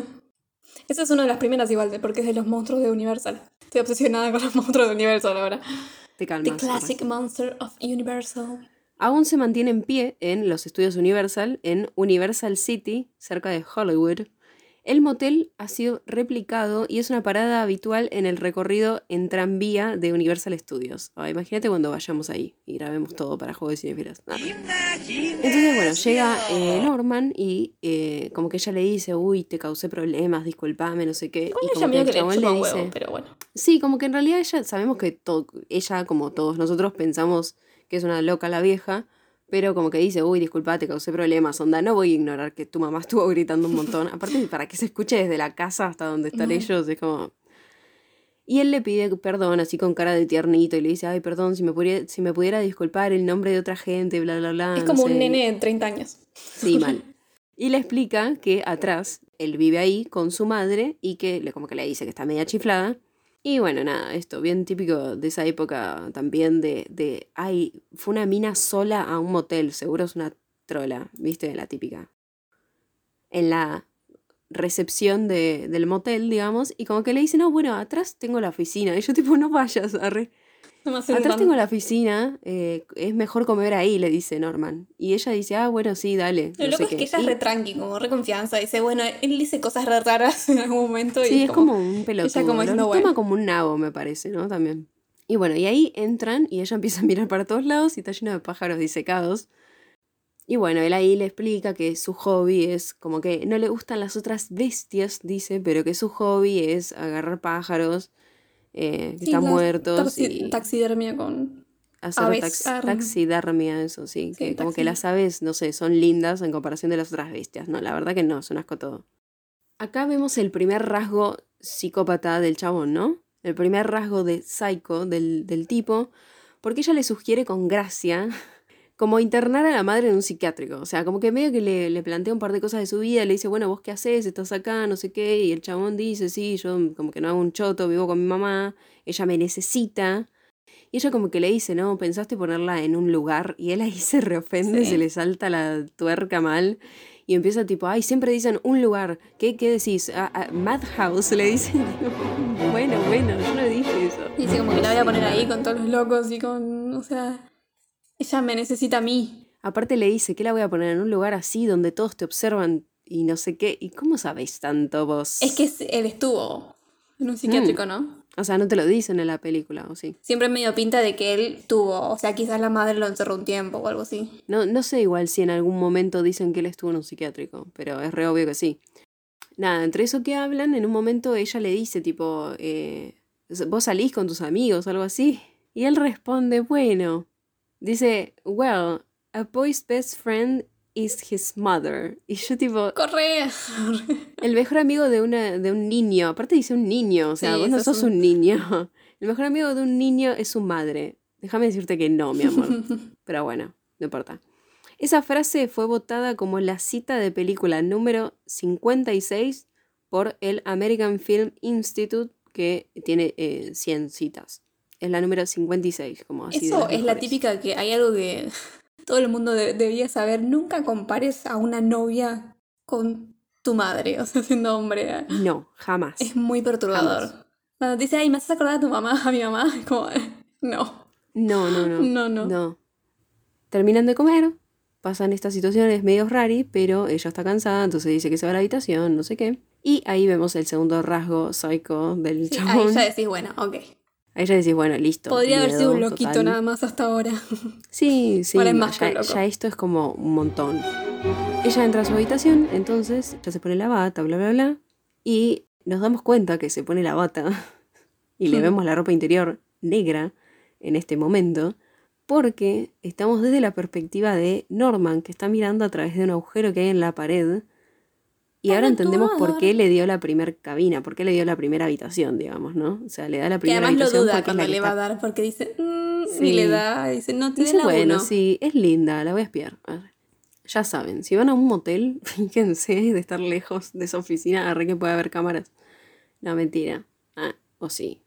Esa es una de las primeras igual, porque es de los monstruos de Universal. Estoy obsesionada con los monstruos de Universal ahora. Te calmas. The Classic Monster of Universal. Aún se mantiene en pie en los estudios Universal, en Universal City, cerca de Hollywood. El motel ha sido replicado y es una parada habitual en el recorrido en tranvía de Universal Studios. Imagínate cuando vayamos ahí y grabemos todo para Juegos de Cinefilas. Entonces, bueno, llega Norman y como que ella le dice, uy, te causé problemas, disculpame, no sé qué. Igual Y ella como que medio el que le chabón chupa le un dice... huevo, pero bueno. Sí, como que en realidad sabemos que ella, como todos nosotros, pensamos que es una loca la vieja, pero como que dice, uy, disculpa, te causé problemas, onda, no voy a ignorar que tu mamá estuvo gritando un montón. Aparte, para que se escuche desde la casa hasta donde están ellos, es como... Y él le pide perdón, así con cara de tiernito, y le dice, ay, perdón, si me pudiera disculpar el nombre de otra gente, bla, bla, bla. Es no como sé. un nene de 30 años. Sí, mal. Y le explica que atrás él vive ahí con su madre y que como que le dice que está media chiflada. Y bueno, nada, esto, bien típico de esa época también ay, fue una mina sola a un motel, seguro es una trola, ¿viste? La típica. En la recepción del motel, digamos, y como que le dice, no, bueno, atrás tengo la oficina. Y yo tipo, no vayas, arre. No me hace Atrás tan- tengo la oficina, es mejor comer ahí, le dice Norman. Y ella dice, ah, bueno, sí, dale. Lo no loco sé es qué. que ella es Y- re tranqui, como re confianza. Dice, bueno, él dice cosas re raras en algún momento. Sí, y es como un ella pelotudo. como diciendo, Lo bueno. toma como un nabo, me parece, ¿no? También. Y bueno, y ahí entran y ella empieza a mirar para todos lados y está lleno de pájaros disecados. Y bueno, él ahí le explica que su hobby es como que no le gustan las otras bestias, dice, pero que su hobby es agarrar pájaros que Sí, están la muertos y taxidermia con hacer aves. taxidermia, eso sí. Sí, Que como que las aves, no sé, son lindas en comparación de las otras bestias. No, la verdad que no, es un asco todo. Acá vemos el primer rasgo psicópata del chabón, ¿no? El primer rasgo de psycho del tipo, porque ella le sugiere con gracia como internar a la madre en un psiquiátrico. O sea, como que medio que le plantea un par de cosas de su vida, le dice, bueno, ¿vos qué haces? ¿Estás acá? No sé qué. Y el chabón dice, sí, yo como que no hago un choto, vivo con mi mamá, ella me necesita. Y ella como que le dice, no, ¿pensaste ponerla en un lugar? Y él ahí se reofende, Sí. se le salta la tuerca mal. Y empieza tipo, ay, siempre dicen un lugar. ¿Qué decís? Madhouse, le dicen. Bueno, yo no dije eso. Dice como que la voy a poner ahí con todos los locos y con, o sea, ella me necesita a mí. Aparte le dice que la voy a poner en un lugar así donde todos te observan y no sé qué. ¿Y cómo sabéis tanto vos? Es que él estuvo en un psiquiátrico, ¿no? O sea, no te lo dicen en la película, ¿o sí? Siempre medio pinta de que él tuvo, o sea, quizás la madre lo encerró un tiempo o algo así. No sé igual si en algún momento dicen que él estuvo en un psiquiátrico, pero es re obvio que sí. Nada, entre eso que hablan, en un momento ella le dice tipo, ¿vos salís con tus amigos o algo así? Y él responde, bueno, dice, well, a boy's best friend is his mother. Y yo tipo, Corre. el mejor amigo de un niño, aparte dice un niño, o sea, Sí, vos no eso es sos un niño. El mejor amigo de un niño es su madre. Déjame decirte que no, mi amor. Pero bueno, no importa. Esa frase fue votada como la cita de película número 56 por el American Film Institute, que tiene 100 citas. Es la número 56, como así. Eso es la típica que hay algo que todo el mundo debería saber. Nunca compares a una novia con tu madre, o sea, siendo hombre. No, jamás. Es muy perturbador. Jamás. Cuando te dice, ay, ¿me haces acordar a tu mamá, a mi mamá? Es como, no. No. Terminan de comer, pasan estas situaciones medio rari, pero ella está cansada, entonces dice que se va a la habitación, no sé qué. Y ahí vemos el segundo rasgo psycho del Sí, chabón. ahí ya decís, bueno, ok. Ahí ya decís, bueno, listo. Podría haber sido un miedo loquito total. nada más hasta ahora. Sí, Ahora es más que ya, loco. ya esto es como un montón. Ella entra a su habitación, entonces ya se pone la bata, bla, bla, bla. Y nos damos cuenta que se pone la bata y le vemos la ropa interior negra en este momento, porque estamos desde la perspectiva de Norman, que está mirando a través de un agujero que hay en la pared. Y ahora entendemos por qué le dio la primer cabina, por qué le dio la primera habitación, digamos, ¿no? O sea, le da la Y primera además lo habitación duda porque es cuando la que le va a está... dar, porque dice, Sí. y le da, dice, no, te Dice, la bueno, uno. sí, es linda, la voy a espiar. A ver, ya saben, si van a un motel, fíjense de estar lejos de esa oficina, arre que puede haber cámaras. No, mentira. O sí.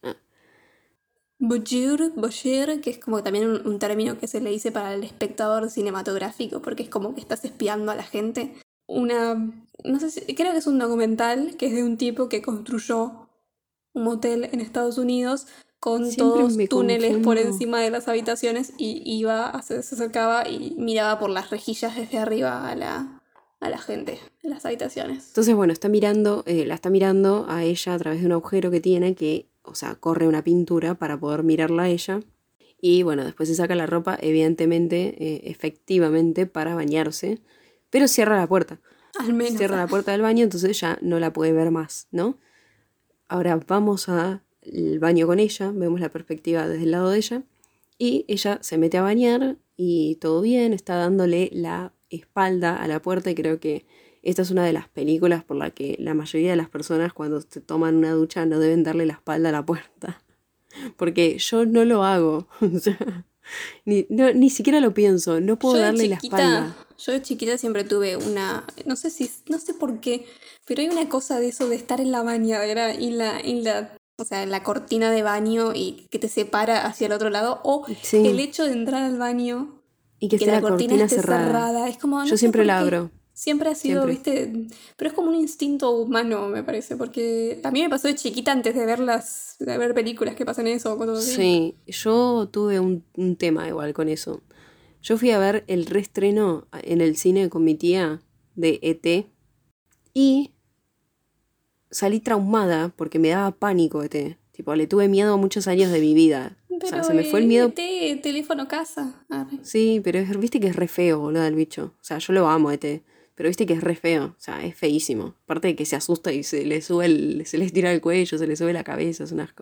Voyeur, que es como también un término que se le dice para el espectador cinematográfico, porque es como que estás espiando a la gente. No sé si, creo que es un documental que es de un tipo que construyó un motel en Estados Unidos con Siempre todos me túneles por confundo. encima de las habitaciones y se acercaba y miraba por las rejillas desde arriba a la gente en las habitaciones. Entonces, bueno, la está mirando a ella a través de un agujero que tiene que, o sea, corre una pintura para poder mirarla a ella. Y bueno, después se saca la ropa, evidentemente, efectivamente, para bañarse. Pero cierra la puerta. Al menos. Cierra la puerta del baño, entonces ya no la puede ver más, ¿no? Ahora vamos al baño con ella, vemos la perspectiva desde el lado de ella. Y ella se mete a bañar y todo bien, está dándole la espalda a la puerta y creo que esta es una de las películas por la que la mayoría de las personas cuando se toman una ducha no deben darle la espalda a la puerta. Porque yo no lo hago. O sea, ni siquiera lo pienso. No puedo darle la espalda. Yo de chiquita siempre tuve no sé por qué, pero hay una cosa de eso de estar en la bañadera o sea, la cortina de baño y que te separa hacia el otro lado, o Sí. el hecho de entrar al baño Y que esté la cortina esté cerrada. Es como, no Yo sé siempre por la qué. abro. Siempre ha sido, Siempre. viste, pero es como un instinto humano, me parece, porque a mí me pasó de chiquita antes de ver películas que pasan eso o cosas así. Sí, yo tuve un tema igual con eso. Yo fui a ver el reestreno en el cine con mi tía de E.T. y salí traumada porque me daba pánico E.T. Tipo, le tuve miedo muchos años de mi vida. O sea, se me fue el miedo. Teléfono casa. Arre. Sí, pero viste que es re feo, boludo, el bicho. O sea, yo lo amo, E.T. Pero viste que es re feo. O sea, es feísimo. Aparte de que se asusta y se le estira el cuello, se le sube la cabeza, es un asco.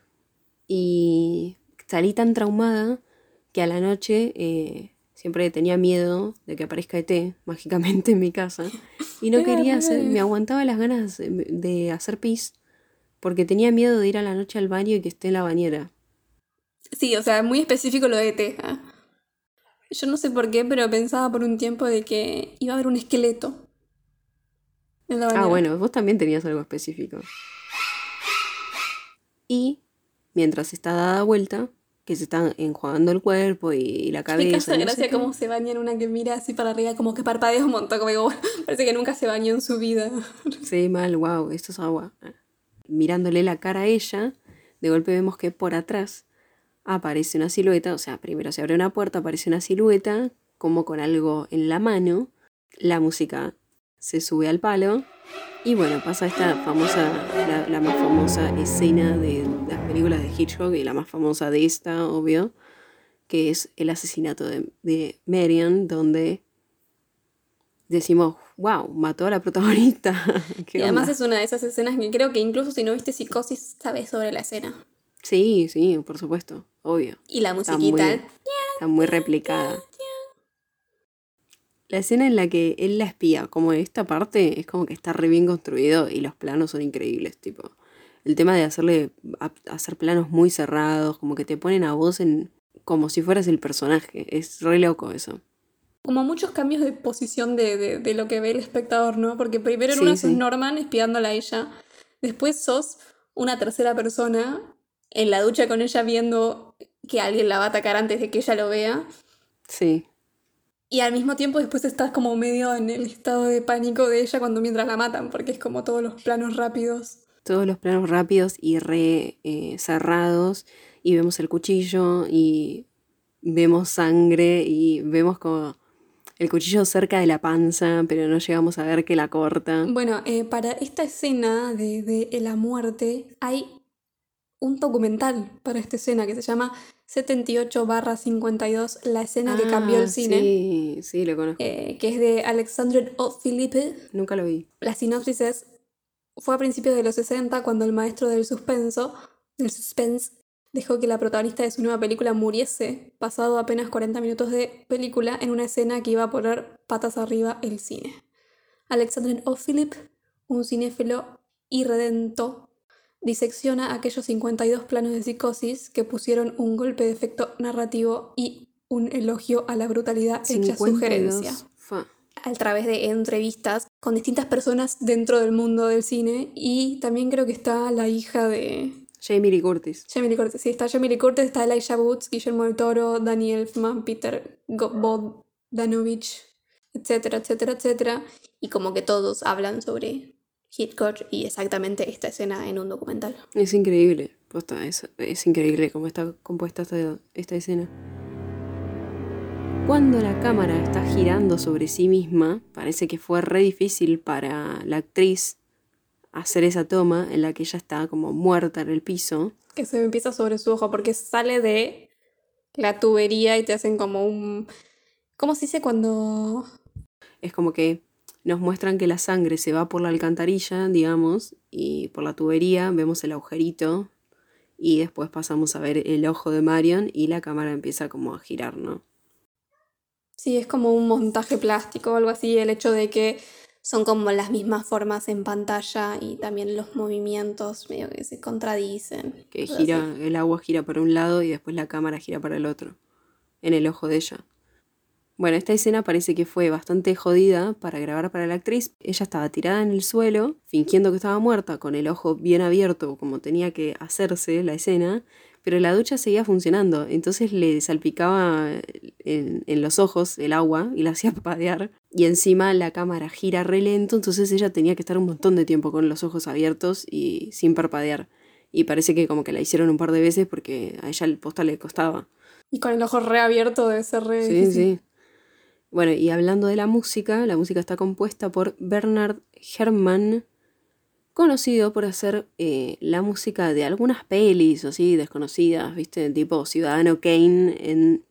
Y salí tan traumada que a la noche siempre tenía miedo de que aparezca ET mágicamente en mi casa. Y no quería me aguantaba las ganas de hacer pis porque tenía miedo de ir a la noche al baño y que esté en la bañera. Sí, o sea, muy específico lo de ET. Yo no sé por qué, pero pensaba por un tiempo de que iba a haber un esqueleto en la bañera. Bueno, vos también tenías algo específico. Y mientras está dada vuelta, que se están enjuagando el cuerpo y la Me cabeza. causa no sé gracia qué. cómo se baña en una que mira así para arriba, como que parpadea un montón, como digo, parece que nunca se bañó en su vida. Sí, mal, wow, esto es agua. Mirándole la cara a ella, de golpe vemos que por atrás aparece una silueta, o sea, primero se abre una puerta, aparece una silueta, como con algo en la mano, la música se sube al palo, y bueno, pasa esta famosa, la más famosa escena de las películas de Hitchcock, y la más famosa de esta, obvio, que es el asesinato de Marion, donde decimos, wow, mató a la protagonista. ¿Qué Y además onda? es una de esas escenas que creo que incluso si no viste Psicosis, sabes sobre la escena. Sí, por supuesto, obvio. Y la Está musiquita. está muy replicada. La escena en la que él la espía, como esta parte, es como que está re bien construido y los planos son increíbles, tipo. El tema de hacer planos muy cerrados, como que te ponen a vos como si fueras el personaje. Es re loco eso. como muchos cambios de posición de lo que ve el espectador, ¿no? Porque primero en Sí, una sos sí. Norman espiándola a ella, después sos una tercera persona en la ducha con ella viendo que alguien la va a atacar antes de que ella lo vea. Sí. Y al mismo tiempo después estás como medio en el estado de pánico de ella mientras la matan, porque es como todos los planos rápidos. Todos los planos rápidos y cerrados. Y vemos el cuchillo y vemos sangre y vemos como el cuchillo cerca de la panza, pero no llegamos a ver que la corta. Bueno, para esta escena de la muerte hay un documental para esta escena que se llama 78/52, la escena que cambió el cine, Sí, sí, lo conozco. que es de Alexandre O'Philippe. Nunca lo vi. La sinopsis es: fue a principios de los 60 cuando el maestro del suspense, dejó que la protagonista de su nueva película muriese, pasado apenas 40 minutos de película, en una escena que iba a poner patas arriba el cine. Alexandre O'Philippe, un cinéfilo irredento, disecciona aquellos 52 planos de psicosis que pusieron un golpe de efecto narrativo y un elogio a la brutalidad hecha 52. sugerencia. A través de entrevistas con distintas personas dentro del mundo del cine, y también creo que está la hija de Jamie Lee Curtis. Jamie Lee Curtis. Sí, está Jamie Lee Curtis, está Elijah Woods, Guillermo del Toro, Danny Elfman, Peter Bogdanovich, etcétera, etcétera, etcétera. Y como que todos hablan sobre Hitchcock y exactamente esta escena en un documental. Es increíble. Posta, es increíble cómo está compuesta esta escena. Cuando la cámara está girando sobre sí misma, parece que fue re difícil para la actriz hacer esa toma en la que ella está como muerta en el piso. Que se empieza sobre su ojo porque sale de la tubería y te hacen como un... ¿Cómo se dice cuando...? Es como que nos muestran que la sangre se va por la alcantarilla, digamos, y por la tubería vemos el agujerito y después pasamos a ver el ojo de Marion y la cámara empieza como a girar, ¿no? Sí, es como un montaje plástico o algo así, el hecho de que son como las mismas formas en pantalla y también los movimientos medio que se contradicen. Que Cosas gira, así. el agua gira para un lado y después la cámara gira para el otro, en el ojo de ella. Bueno, esta escena parece que fue bastante jodida para grabar para la actriz. Ella estaba tirada en el suelo, fingiendo que estaba muerta, con el ojo bien abierto, como tenía que hacerse la escena, pero la ducha seguía funcionando, entonces le salpicaba en los ojos el agua y la hacía parpadear. Y encima la cámara gira re lento, entonces ella tenía que estar un montón de tiempo con los ojos abiertos y sin parpadear. Y parece que como que la hicieron un par de veces porque a ella el posta le costaba. Y con el ojo reabierto debe ser re Sí, difícil. sí. Bueno, y hablando de la música está compuesta por Bernard Herrmann, conocido por hacer la música de algunas pelis así desconocidas, ¿viste? Tipo Ciudadano Kane en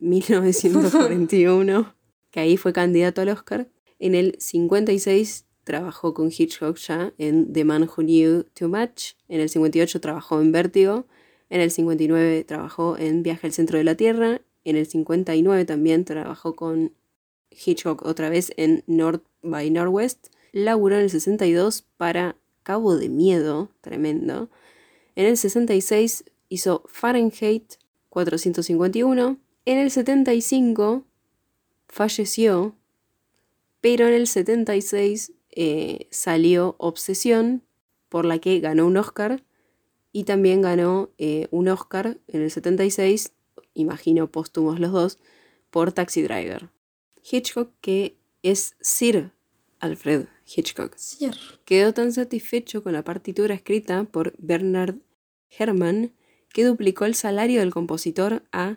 1941, que ahí fue candidato al Oscar. En el 56 trabajó con Hitchcock ya en The Man Who Knew Too Much. En el 58 trabajó en Vértigo. En el 59 trabajó en Viaje al Centro de la Tierra. En el 59 también trabajó con Hitchcock otra vez en North by Northwest. Laburó en el 62 para Cabo de Miedo, tremendo. En el 66 hizo Fahrenheit 451. En el 75 falleció, pero en el 76 salió Obsesión, por la que ganó un Oscar, y también ganó un Oscar en el 76, imagino póstumos los dos, por Taxi Driver. Hitchcock, que es Sir Alfred Hitchcock, Cierto. quedó tan satisfecho con la partitura escrita por Bernard Herrmann que duplicó el salario del compositor a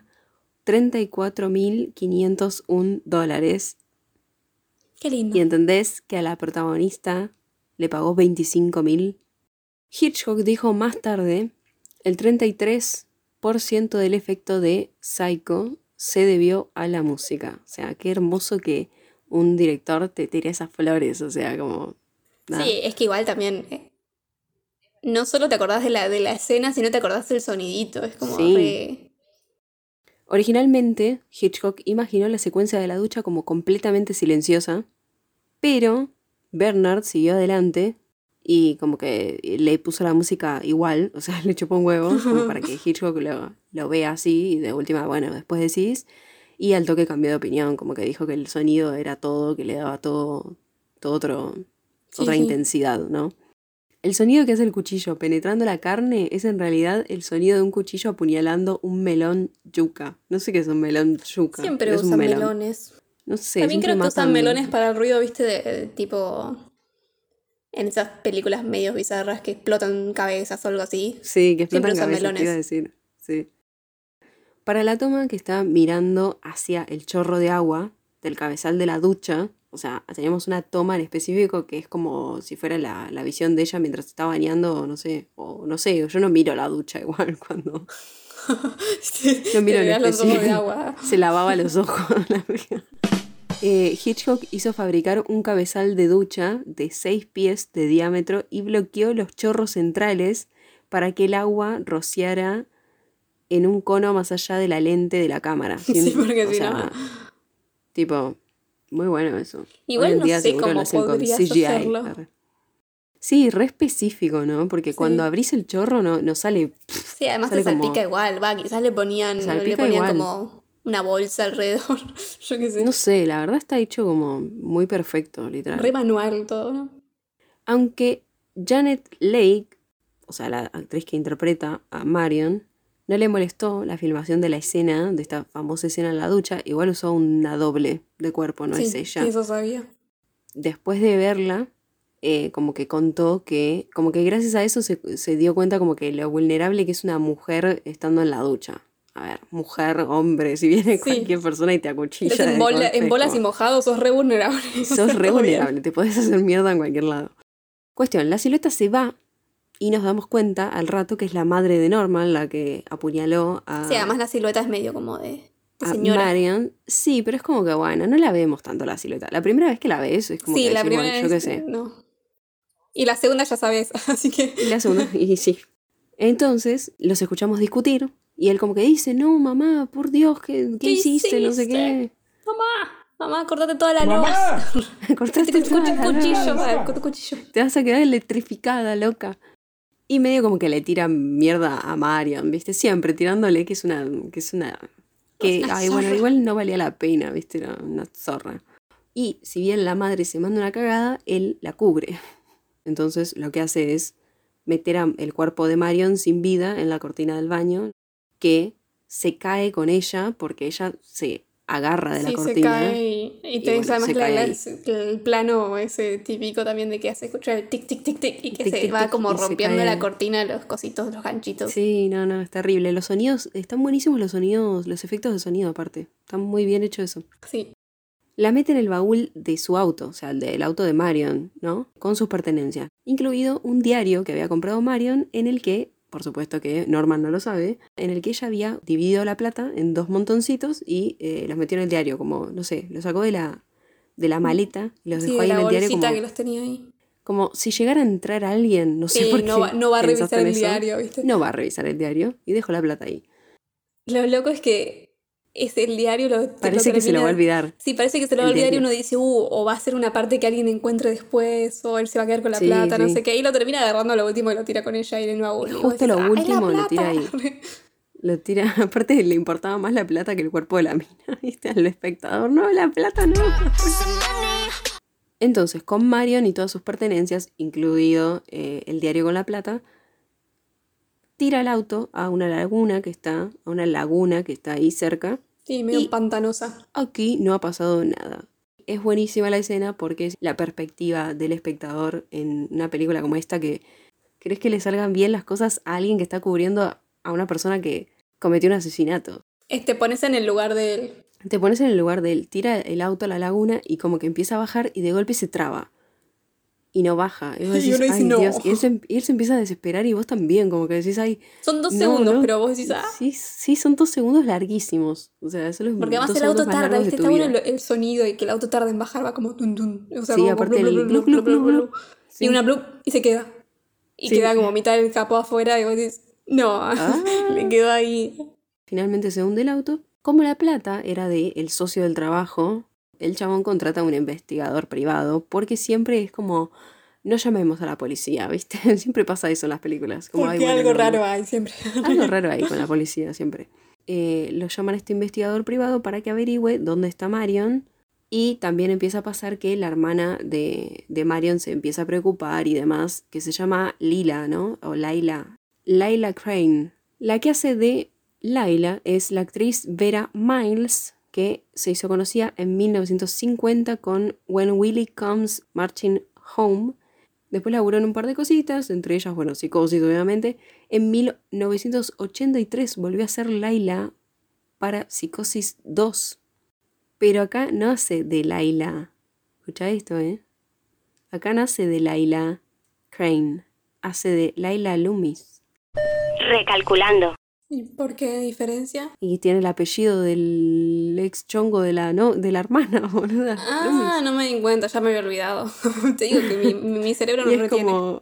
$34.501. Qué lindo. Y entendés que a la protagonista le pagó $25.000. Hitchcock dijo más tarde: el 33% del efecto de Psycho se debió a la música. O sea, qué hermoso que un director te tire esas flores, o sea, como... nada. Sí, es que igual también... no solo te acordás de la escena, sino te acordás del sonidito. Es como Sí. re... Originalmente, Hitchcock imaginó la secuencia de la ducha como completamente silenciosa, pero Bernard siguió adelante y como que le puso la música igual, o sea, le chupó un huevo, como para que Hitchcock lo vea así y de última, bueno, después decís. Y al toque cambió de opinión, como que dijo que el sonido era todo, que le daba todo otra Sí. intensidad, ¿no? El sonido que hace el cuchillo penetrando la carne es en realidad el sonido de un cuchillo apuñalando un melón yuca. No sé qué es un melón yuca. Siempre pero es un usan melón. melones. No sé, También siempre creo que usan matan- melones para el ruido, viste, de tipo... En esas películas medio bizarras que explotan cabezas o algo así. Sí, que Siempre explotan usan cabezas, te iba a melones. decir. Sí. Para la toma que está mirando hacia el chorro de agua del cabezal de la ducha, o sea, tenemos una toma en específico que es como si fuera la visión de ella mientras se está bañando, o no sé, yo no miro la ducha igual cuando no miro Te en das los ojos de específico. agua. Se lavaba los ojos. la mía. Hitchcock hizo fabricar un cabezal de ducha de 6 pies de diámetro y bloqueó los chorros centrales para que el agua rociara en un cono más allá de la lente de la cámara. Sí, porque o si sea, no... tipo, muy bueno eso. Igual Hoy en no día sé seguro lo cómo hacen con podrías CGI. hacerlo. Arre. Sí, re específico, ¿no? Porque Sí. cuando abrís el chorro no sale... Sí, además Sale te salpica como- igual, va, quizás le ponían Salpica igual. como una bolsa alrededor, yo qué sé. No sé, la verdad está hecho como muy perfecto, literal. Re manual todo, ¿no? Aunque Janet Leigh, o sea, la actriz que interpreta a Marion, no le molestó la filmación de la escena, de esta famosa escena en la ducha, igual usó una doble de cuerpo, no sí, es ella. sí, eso sabía. Después de verla, como que contó que, como que gracias a eso se dio cuenta como que lo vulnerable que es una mujer estando en la ducha. A ver, mujer, hombre, si viene Sí. cualquier persona y te acuchilla Estás de golpe, en es bolas como- y mojados, sos re vulnerable. O sea, Sos re todo bien. vulnerable, te podés hacer mierda en cualquier lado. Cuestión, la silueta se va y nos damos cuenta al rato que es la madre de Norman la que apuñaló a, Sí, además la silueta es medio como de a señora. Marion. Sí, pero es como que bueno, no la vemos tanto la silueta. La primera vez que la ves es como Sí, que la decís, primera bueno, yo qué vez, sé. no. Y la segunda ya sabes, así que... Y la segunda, y sí. Entonces, los escuchamos discutir y él como que dice, no, mamá, por Dios, ¿qué hiciste? No sé qué. Mamá, cortate toda la luz. Cortaste toda la cuchillo, luz. con tu cuchillo. Te vas a quedar electrificada, loca. Y medio como que le tira mierda a Marion, ¿viste? Siempre tirándole que ay, bueno, zorra. igual no valía la pena, ¿viste? Era una zorra. Y si bien la madre se manda una cagada, él la cubre. Entonces lo que hace es meter el cuerpo de Marion sin vida en la cortina del baño, que se cae con ella porque ella se agarra de la Sí, cortina. se cae y te bueno, dice además se cae ahí. el plano ese típico también de que hace escuchar el tic, tic, tic, tic y que Tic, se tic, va tic, como y se rompiendo cae. la cortina, los cositos, los ganchitos. Sí, no, es terrible. Los sonidos, están buenísimos los sonidos, los efectos de sonido aparte. Están muy bien hecho eso. Sí. La mete en el baúl de su auto, o sea, el del auto de Marion, ¿no? Con sus pertenencias. Incluido un diario que había comprado Marion en el que, por supuesto que Norman no lo sabe, en el que ella había dividido la plata en 2 montoncitos y los metió en el diario, como, no sé, los sacó de la maleta y los Sí, dejó de ahí la en el diario bolsita como, que los tenía ahí. como si llegara a entrar alguien, no sé Sí, por qué. no va a pensaste revisar en el eso. diario, ¿viste? No va a revisar el diario y dejó la plata ahí. Lo loco es que es el diario Parece que se lo va a olvidar. Sí, parece que se lo va a el olvidar y diario. uno dice, o va a ser una parte que alguien encuentre después, o él se va a quedar con la Sí, plata, no sí. sé qué. Y lo termina agarrando a lo último y lo tira con ella y en el baúl. Y Y vos justo decís, lo ¡ay, la último lo tira plata! ahí. Lo tira, aparte le importaba más la plata que el cuerpo de la mina, ¿viste? Al espectador, no, la plata no. Entonces, con Marion y todas sus pertenencias, incluido el diario con la plata, tira el auto a una laguna que está ahí cerca. Sí, medio Y- pantanosa. Aquí no ha pasado nada. Es buenísima la escena porque es la perspectiva del espectador en una película como esta que crees que le salgan bien las cosas a alguien que está cubriendo a una persona que cometió un asesinato. Te pones en el lugar de él. Te pones en el lugar de él, tira el auto a la laguna y como que empieza a bajar y de golpe se traba. Y no baja. Y vos Y decís, uno dice, ay "No". Dios. Y él se empieza a desesperar y vos también, como que decís, ay. Son 2 no, segundos, no. pero vos decís, Sí, son 2 segundos larguísimos. O sea, eso es Porque además 2 el auto segundos más tarda, largos de ¿viste? tu Está bueno vida. el sonido y que el auto tarde en bajar, va como tun tun. O sea, Sí, como aparte blu, el blu, blup, blu, blup, blu, blu, blup, blu. sí. Y una blup y se queda. Y Sí. queda como mitad del capó afuera y vos decís, no, le quedó ahí. Finalmente se hunde el auto. Como la plata era de el socio del trabajo, el chabón contrata a un investigador privado porque siempre es como, no llamemos a la policía, ¿viste? Siempre pasa eso en las películas. Como, Porque "Ay, bueno, algo no, raro no". hay siempre. Algo raro ahí con la policía siempre. lo llaman a este investigador privado para que averigüe dónde está Marion. Y también empieza a pasar que la hermana de Marion se empieza a preocupar y demás, que se llama Lila, ¿no? O Laila. Laila Crane. La que hace de Laila es la actriz Vera Miles, que se hizo conocida en 1950 con When Willie Comes Marching Home. Después laburó en un par de cositas, entre ellas, bueno, Psicosis obviamente. En 1983 volvió a ser Laila para Psicosis 2. Pero acá no hace de Laila. Escucha esto, Acá no hace de Laila Crane. Hace de Laila Loomis. Recalculando. ¿Y por qué diferencia? Y tiene el apellido del ex chongo de la hermana, boluda. Ah, no me di cuenta, ya me había olvidado. Te digo que mi cerebro no Y es retiene. como...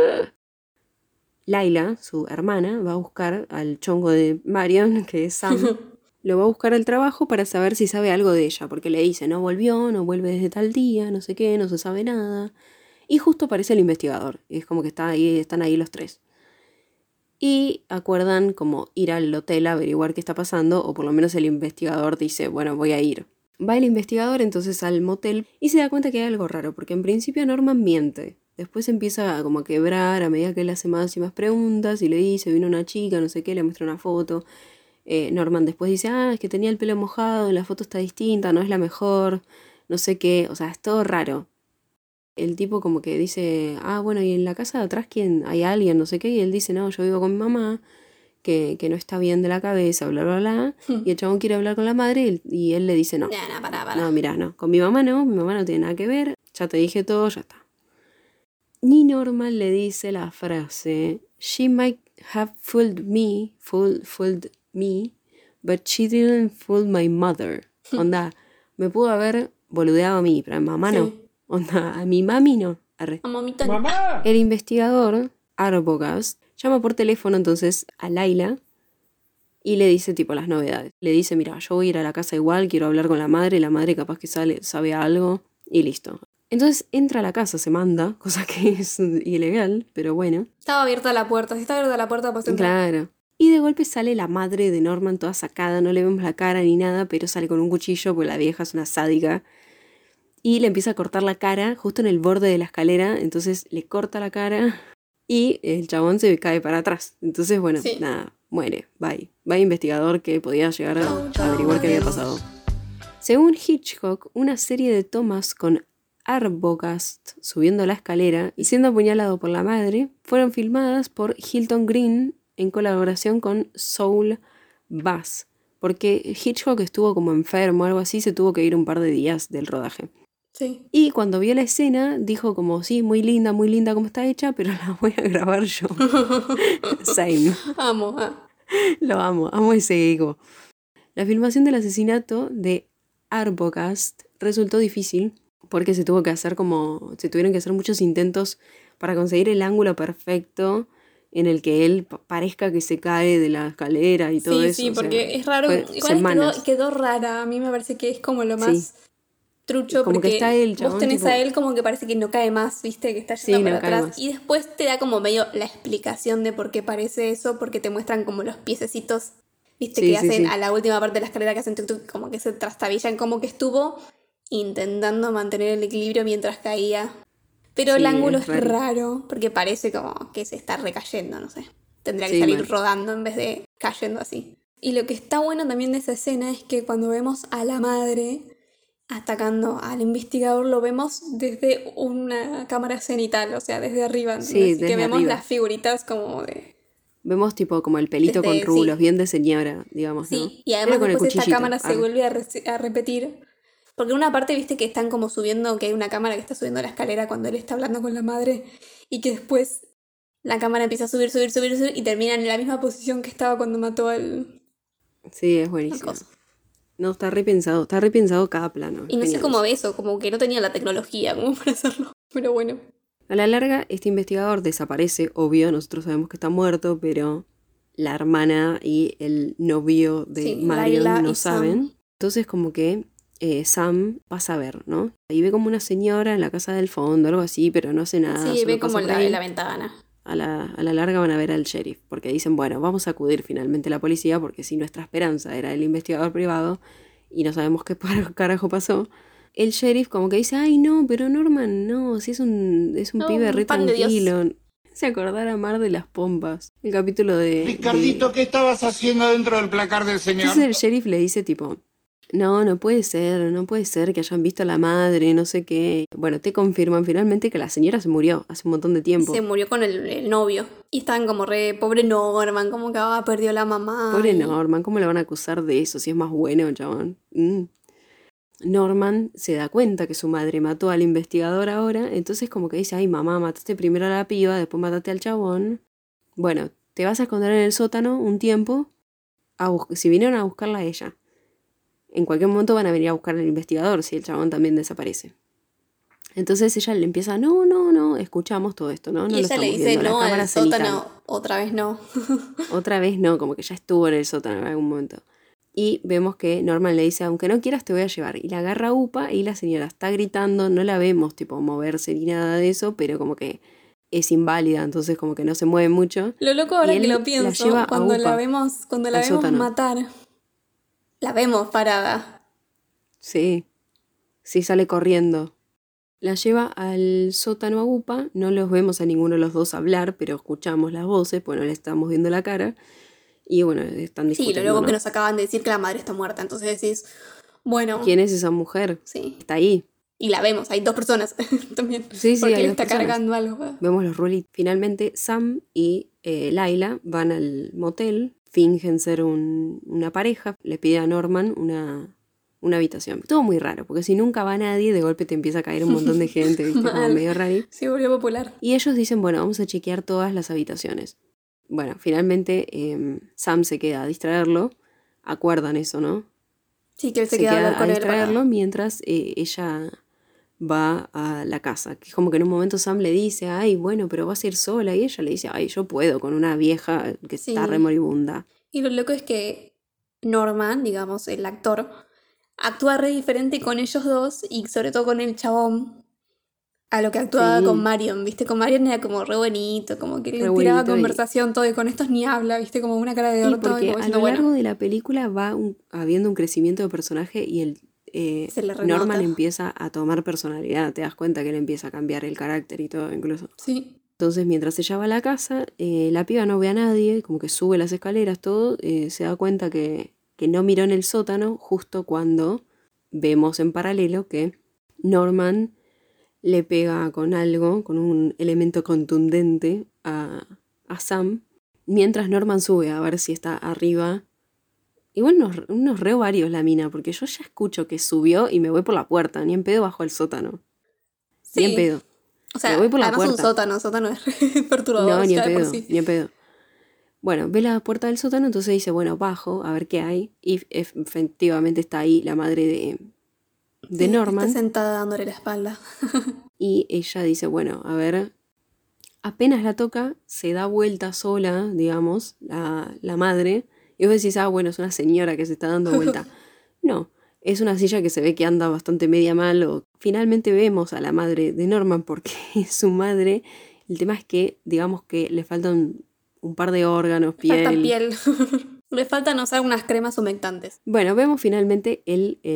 Laila, su hermana, va a buscar al chongo de Marion, que es Sam. Lo va a buscar al trabajo para saber si sabe algo de ella, porque le dice, no volvió, no vuelve desde tal día, no sé qué, no se sabe nada. Y justo aparece el investigador, y es como que están ahí los tres. Y acuerdan como ir al hotel a averiguar qué está pasando, o por lo menos el investigador dice, bueno, voy a ir. Va el investigador entonces al motel y se da cuenta que hay algo raro, porque en principio Norman miente. Después empieza como a quebrar a medida que él hace más y más preguntas y le dice, vino una chica, no sé qué, le muestra una foto. Norman después dice, es que tenía el pelo mojado, la foto está distinta, no es la mejor, no sé qué, o sea, es todo raro. El tipo como que dice, bueno, y en la casa de atrás ¿quién? Hay alguien, no sé qué, y él dice, no, yo vivo con mi mamá, que no está bien de la cabeza, bla, bla, bla, y el chabón quiere hablar con la madre y él le dice, no, Pará. no, mirá, no, con mi mamá no tiene nada que ver, ya te dije todo, ya está. Ni Norman le dice la frase, she might have fooled me, but she didn't fool my mother. Onda, me pudo haber boludeado a mí, pero a mi mamá no. Sí. Onda, a mi mami no. Arre. A mamita. ¡Mamá! El investigador, Arbogast, llama por teléfono entonces a Laila y le dice tipo las novedades. Le dice, mira, yo voy a ir a la casa igual, quiero hablar con la madre capaz que sabe algo y listo. Entonces entra a la casa, se manda, cosa que es ilegal, pero bueno. Estaba abierta la puerta, si está abierta la puerta pues entrar. Claro. Y de golpe sale la madre de Norman toda sacada, no le vemos la cara ni nada, pero sale con un cuchillo porque la vieja es una sádica. Y le empieza a cortar la cara justo en el borde de la escalera, entonces le corta la cara y el chabón se cae para atrás. Entonces, bueno, Sí. nada, muere, bye. Bye investigador que podía llegar a averiguar qué había pasado. Según Hitchcock, una serie de tomas con Arbogast subiendo la escalera y siendo apuñalado por la madre fueron filmadas por Hilton Green en colaboración con Saul Bass, porque Hitchcock estuvo como enfermo o algo así, se tuvo que ir un par de días del rodaje. Sí. Y cuando vio la escena dijo como, sí, muy linda como está hecha, pero la voy a grabar yo. Same. Amo. Lo amo ese ego. La filmación del asesinato de Arbogast resultó difícil porque se tuvieron que hacer muchos intentos para conseguir el ángulo perfecto en el que él parezca que se cae de la escalera y todo eso. Sí, o sea, porque es raro. fue Igual semanas. quedó rara. A mí me parece que es como lo más Sí. trucho. Como que porque está el vos chabón, tenés tipo- a él como que parece que no cae más, ¿viste? Que está Sí, yendo no para cae atrás. más. Y después te da como medio la explicación de por qué parece eso, porque te muestran como los piececitos, ¿viste? Sí, Que sí, hacen sí. a la última parte de la escalera que hacen tuk tuk, como que se trastabillan, como que estuvo intentando mantener el equilibrio mientras caía. Pero Sí, el ángulo es es raro. raro, porque parece como que se está recayendo, no sé. Tendría que Sí, salir mal. rodando en vez de cayendo así. Y lo que está bueno también de esa escena es que cuando vemos a la madre atacando al investigador, lo vemos desde una cámara cenital, o sea, desde arriba. Sí, ¿entendés? Y que desde vemos arriba. las figuritas como de... Vemos tipo como el pelito Desde- con rulos, sí. bien de señora, digamos, ¿no? Sí, y además Pero con el después esta cuchillito. cámara se Arre. vuelve a repetir. Porque en una parte, viste que están como subiendo, que hay una cámara que está subiendo la escalera cuando él está hablando con la madre, y que después la cámara empieza a subir, y termina en la misma posición que estaba cuando mató al... Sí, es al buenísimo. coso. No, está repensado cada plano. Y no sé Genial cómo eso. ve eso, como que no tenía la tecnología como para hacerlo. Pero bueno. A la larga, este investigador desaparece, obvio, nosotros sabemos que está muerto, pero la hermana y el novio de Sí, Marion Laila no y Sam. saben. Entonces como que Sam pasa a ver, ¿no? Y ve como una señora en la casa del fondo, algo así, pero no hace nada. Sí, solo ve como pasa por ahí. la ventana. a la larga van a ver al sheriff, porque dicen, bueno, vamos a acudir finalmente a la policía, porque si nuestra esperanza era el investigador privado y no sabemos qué carajo pasó, el sheriff como que dice, ay no, pero Norman no, si es un No, pibe un re pan de Dios. tranquilo. Se acordara Mar de las Pompas, el capítulo Ricardito, ¿qué estabas haciendo dentro del placar del señor? Entonces el sheriff le dice tipo, no puede ser que hayan visto a la madre, no sé qué. Bueno, te confirman finalmente que la señora se murió hace un montón de tiempo. Se murió con el novio. Y estaban como re, pobre Norman, como que perdió la mamá. Pobre Norman, ¿cómo le van a acusar de eso si es más bueno, chabón? Norman se da cuenta que su madre mató al investigador ahora, entonces como que dice, ay mamá, mataste primero a la piba, después mataste al chabón. Bueno, te vas a esconder en el sótano un tiempo, si vinieron a buscarla a ella. En cualquier momento van a venir a buscar al investigador si el chabón también desaparece. Entonces ella le empieza, no, escuchamos todo esto, ¿no? Y ella le dice, no, al sótano, otra vez no. Otra vez no, como que ya estuvo en el sótano en algún momento. Y vemos que Norman le dice, aunque no quieras te voy a llevar. Y la agarra a Upa y la señora está gritando, no la vemos tipo moverse ni nada de eso, pero como que es inválida, entonces como que no se mueve mucho. Lo loco ahora Y que él lo pienso, la cuando lleva a la vemos sótano. matar, la vemos parada. Sí, sale corriendo. La lleva al sótano a Upa, no los vemos a ninguno de los dos hablar, pero escuchamos las voces, pues no le estamos viendo la cara. Y bueno, están discutiendo. Sí, lo loco ¿no? que nos acaban de decir que la madre está muerta, entonces decís, bueno. ¿Quién es esa mujer? Sí. Está ahí. Y la vemos, hay 2 personas también. Sí, porque hay él 2 está personas. cargando algo. Vemos los rulitos. Finalmente Sam y Laila van al motel, fingen ser una pareja, le pide a Norman una habitación. Todo muy raro, porque si nunca va nadie, de golpe te empieza a caer un montón de gente, ¿viste? Como Mal. medio raro. Sí, volvió popular. Y ellos dicen, bueno, vamos a chequear todas las habitaciones. Bueno, finalmente Sam se queda a distraerlo. Acuerdan eso, ¿no? Sí, que él se queda a hablar con él. Distraerlo mientras ella va a la casa. Que es como que en un momento Sam le dice, ay, bueno, pero vas a ir sola. Y ella le dice, ay, yo puedo con una vieja que está re moribunda. Y lo loco es que Norman, digamos, el actor, actúa re diferente con ellos dos y sobre todo con el chabón a lo que actuaba con Marion, ¿viste? Con Marion era como re bonito, como que le tiraba conversación todo y con estos ni habla, ¿viste? Como una cara de orto. Porque y como a diciendo, lo largo de la película va habiendo un crecimiento de personaje y Norman empieza a tomar personalidad. Te das cuenta que él empieza a cambiar el carácter y todo incluso. Sí. Entonces mientras ella va a la casa, la piba no ve a nadie, como que sube las escaleras, todo, se da cuenta que no miró en el sótano justo cuando vemos en paralelo que Norman le pega con algo, con un elemento contundente a Sam, mientras Norman sube a ver si está arriba. Igual unos re varios la mina, porque yo ya escucho que subió y me voy por la puerta, ni en pedo bajo al sótano. Sí. Ni en pedo. O sea, me voy por la además puerta. un sótano es perturbador. No, ni en ya de por pedo, sí. ni en pedo. Bueno, ve la puerta del sótano, entonces dice, bueno, bajo, a ver qué hay. Y efectivamente está ahí la madre de Norman. Está sentada dándole la espalda. Y ella dice, bueno, a ver, apenas la toca, se da vuelta sola, digamos, la madre. Y vos decís, bueno, es una señora que se está dando vuelta. No, es una silla que se ve que anda bastante media mal. O finalmente vemos a la madre de Norman porque es su madre. El tema es que, digamos que le faltan un par de órganos, piel. Falta piel. Le faltan usar unas cremas humectantes. Bueno, vemos finalmente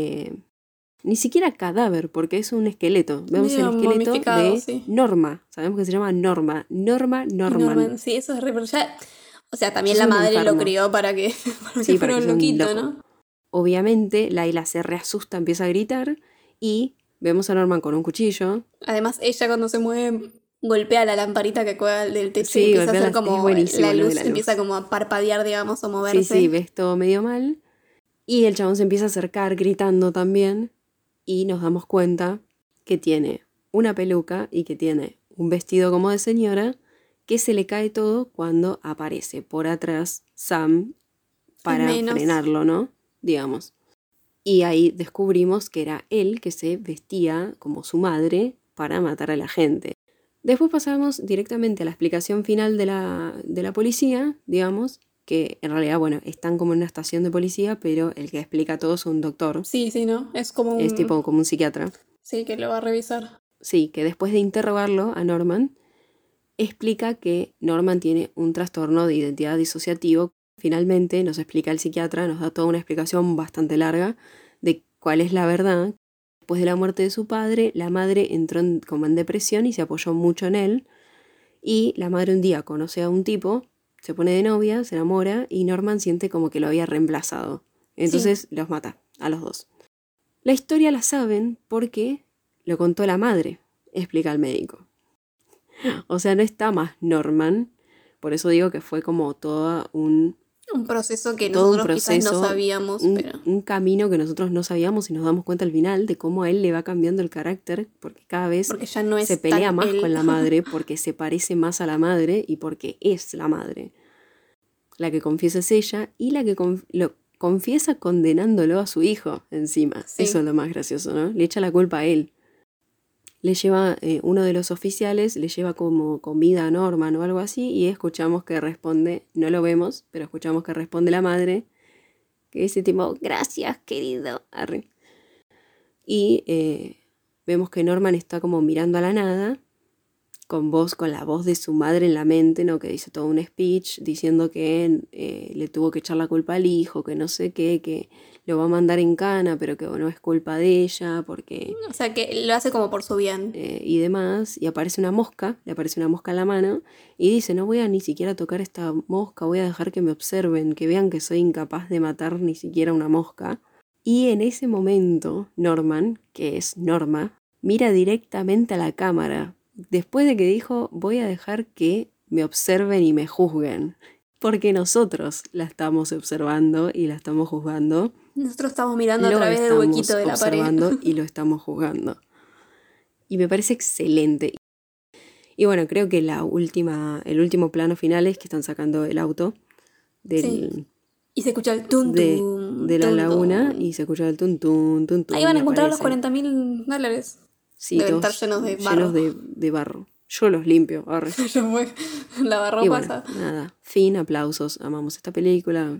ni siquiera cadáver, porque es un esqueleto. Vemos el esqueleto de Norma. Sabemos que se llama Norma. Norman. Sí, eso es re... O sea, también la madre lo crió para que fuera un loquito, ¿no? Obviamente, Laila se reasusta, empieza a gritar y vemos a Norman con un cuchillo. Además, ella cuando se mueve golpea la lamparita que cuelga del techo sí, y empieza a hacer como la luz, luz empieza como a parpadear, digamos, o moverse. Sí, ves todo medio mal. Y el chabón se empieza a acercar gritando también y nos damos cuenta que tiene una peluca y que tiene un vestido como de señora que se le cae todo cuando aparece por atrás Sam para frenarlo, ¿no? Digamos. Y ahí descubrimos que era él que se vestía como su madre para matar a la gente. Después pasamos directamente a la explicación final de la policía, digamos, que en realidad, bueno, están como en una estación de policía, pero el que explica todo es un doctor. Sí, ¿no? Es como Es tipo como un psiquiatra. Sí, que lo va a revisar. Sí, que después de interrogarlo a Norman, explica que Norman tiene un trastorno de identidad disociativo. Finalmente nos explica el psiquiatra, nos da toda una explicación bastante larga de cuál es la verdad. Después de la muerte de su padre, la madre entró como en depresión y se apoyó mucho en él. Y la madre un día conoce a un tipo, se pone de novia, se enamora y Norman siente como que lo había reemplazado. Entonces los mata a los dos. La historia la saben porque lo contó la madre, explica el médico. O sea, no está más Norman. Por eso digo que fue como todo un proceso que todo un nosotros quizás proceso, no sabíamos, pero... un camino que nosotros no sabíamos y nos damos cuenta al final de cómo a él le va cambiando el carácter, porque cada vez Porque ya no es se pelea tan más él. con la madre, porque se parece más a la madre y porque es la madre. La que confiesa es ella y la que lo confiesa condenándolo a su hijo encima. Sí. Eso es lo más gracioso, ¿no? Le echa la culpa a él. Le lleva, uno de los oficiales le lleva como comida a Norman o algo así y escuchamos que responde, no lo vemos, pero escuchamos que responde la madre, que dice tipo, gracias querido, arre. Y vemos que Norman está como mirando a la nada, con la voz de su madre en la mente, ¿no? Que dice todo un speech diciendo que le tuvo que echar la culpa al hijo, que no sé qué, que lo va a mandar en cana, pero que no es culpa de ella, porque... O sea, que lo hace como por su bien. y demás, y aparece una mosca, le aparece una mosca en la mano, y dice, no voy a ni siquiera tocar esta mosca, voy a dejar que me observen, que vean que soy incapaz de matar ni siquiera una mosca. Y en ese momento, Norman, que es Norma, mira directamente a la cámara, después de que dijo, voy a dejar que me observen y me juzguen, porque nosotros la estamos observando y la estamos juzgando. Nosotros estamos mirando a Lo través del estamos huequito de la pared. observando y lo estamos juzgando. Y me parece excelente. Y bueno, creo que el último plano final es que están sacando el auto Sí. Y se escucha el tum de la tum, laguna tum. y se escucha el tun tun tun tun. Ahí van a y encontrar los aparece. $40.000. Sí, Deben todos estar llenos de barro. de barro. Yo los limpio. Arre. Ya fue. La barro Y bueno, pasa. nada. Fin, aplausos. Amamos esta película.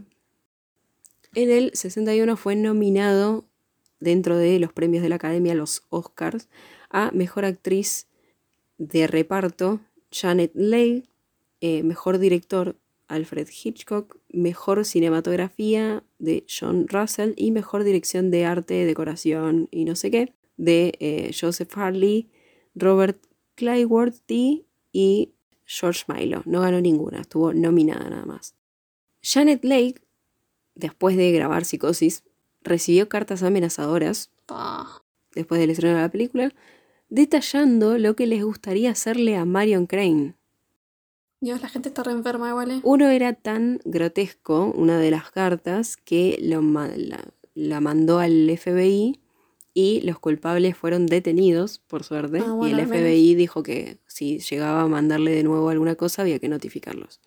En el 61 fue nominado dentro de los premios de la Academia, los Oscars, a Mejor Actriz de Reparto, Janet Leigh, Mejor Director, Alfred Hitchcock, Mejor Cinematografía de John Russell y Mejor Dirección de Arte, Decoración y no sé qué, de Joseph Harley, Robert Clayworthy y George Milo. No ganó ninguna, estuvo nominada nada más. Janet Leigh, después de grabar Psicosis, recibió cartas amenazadoras después del estreno de la película, detallando lo que les gustaría hacerle a Marion Crane. Dios, la gente está re enferma igual, ¿eh? Uno era tan grotesco, una de las cartas, que la mandó al FBI y los culpables fueron detenidos, por suerte, Ah, bueno, y el al menos. FBI dijo que si llegaba a mandarle de nuevo alguna cosa había que notificarlos.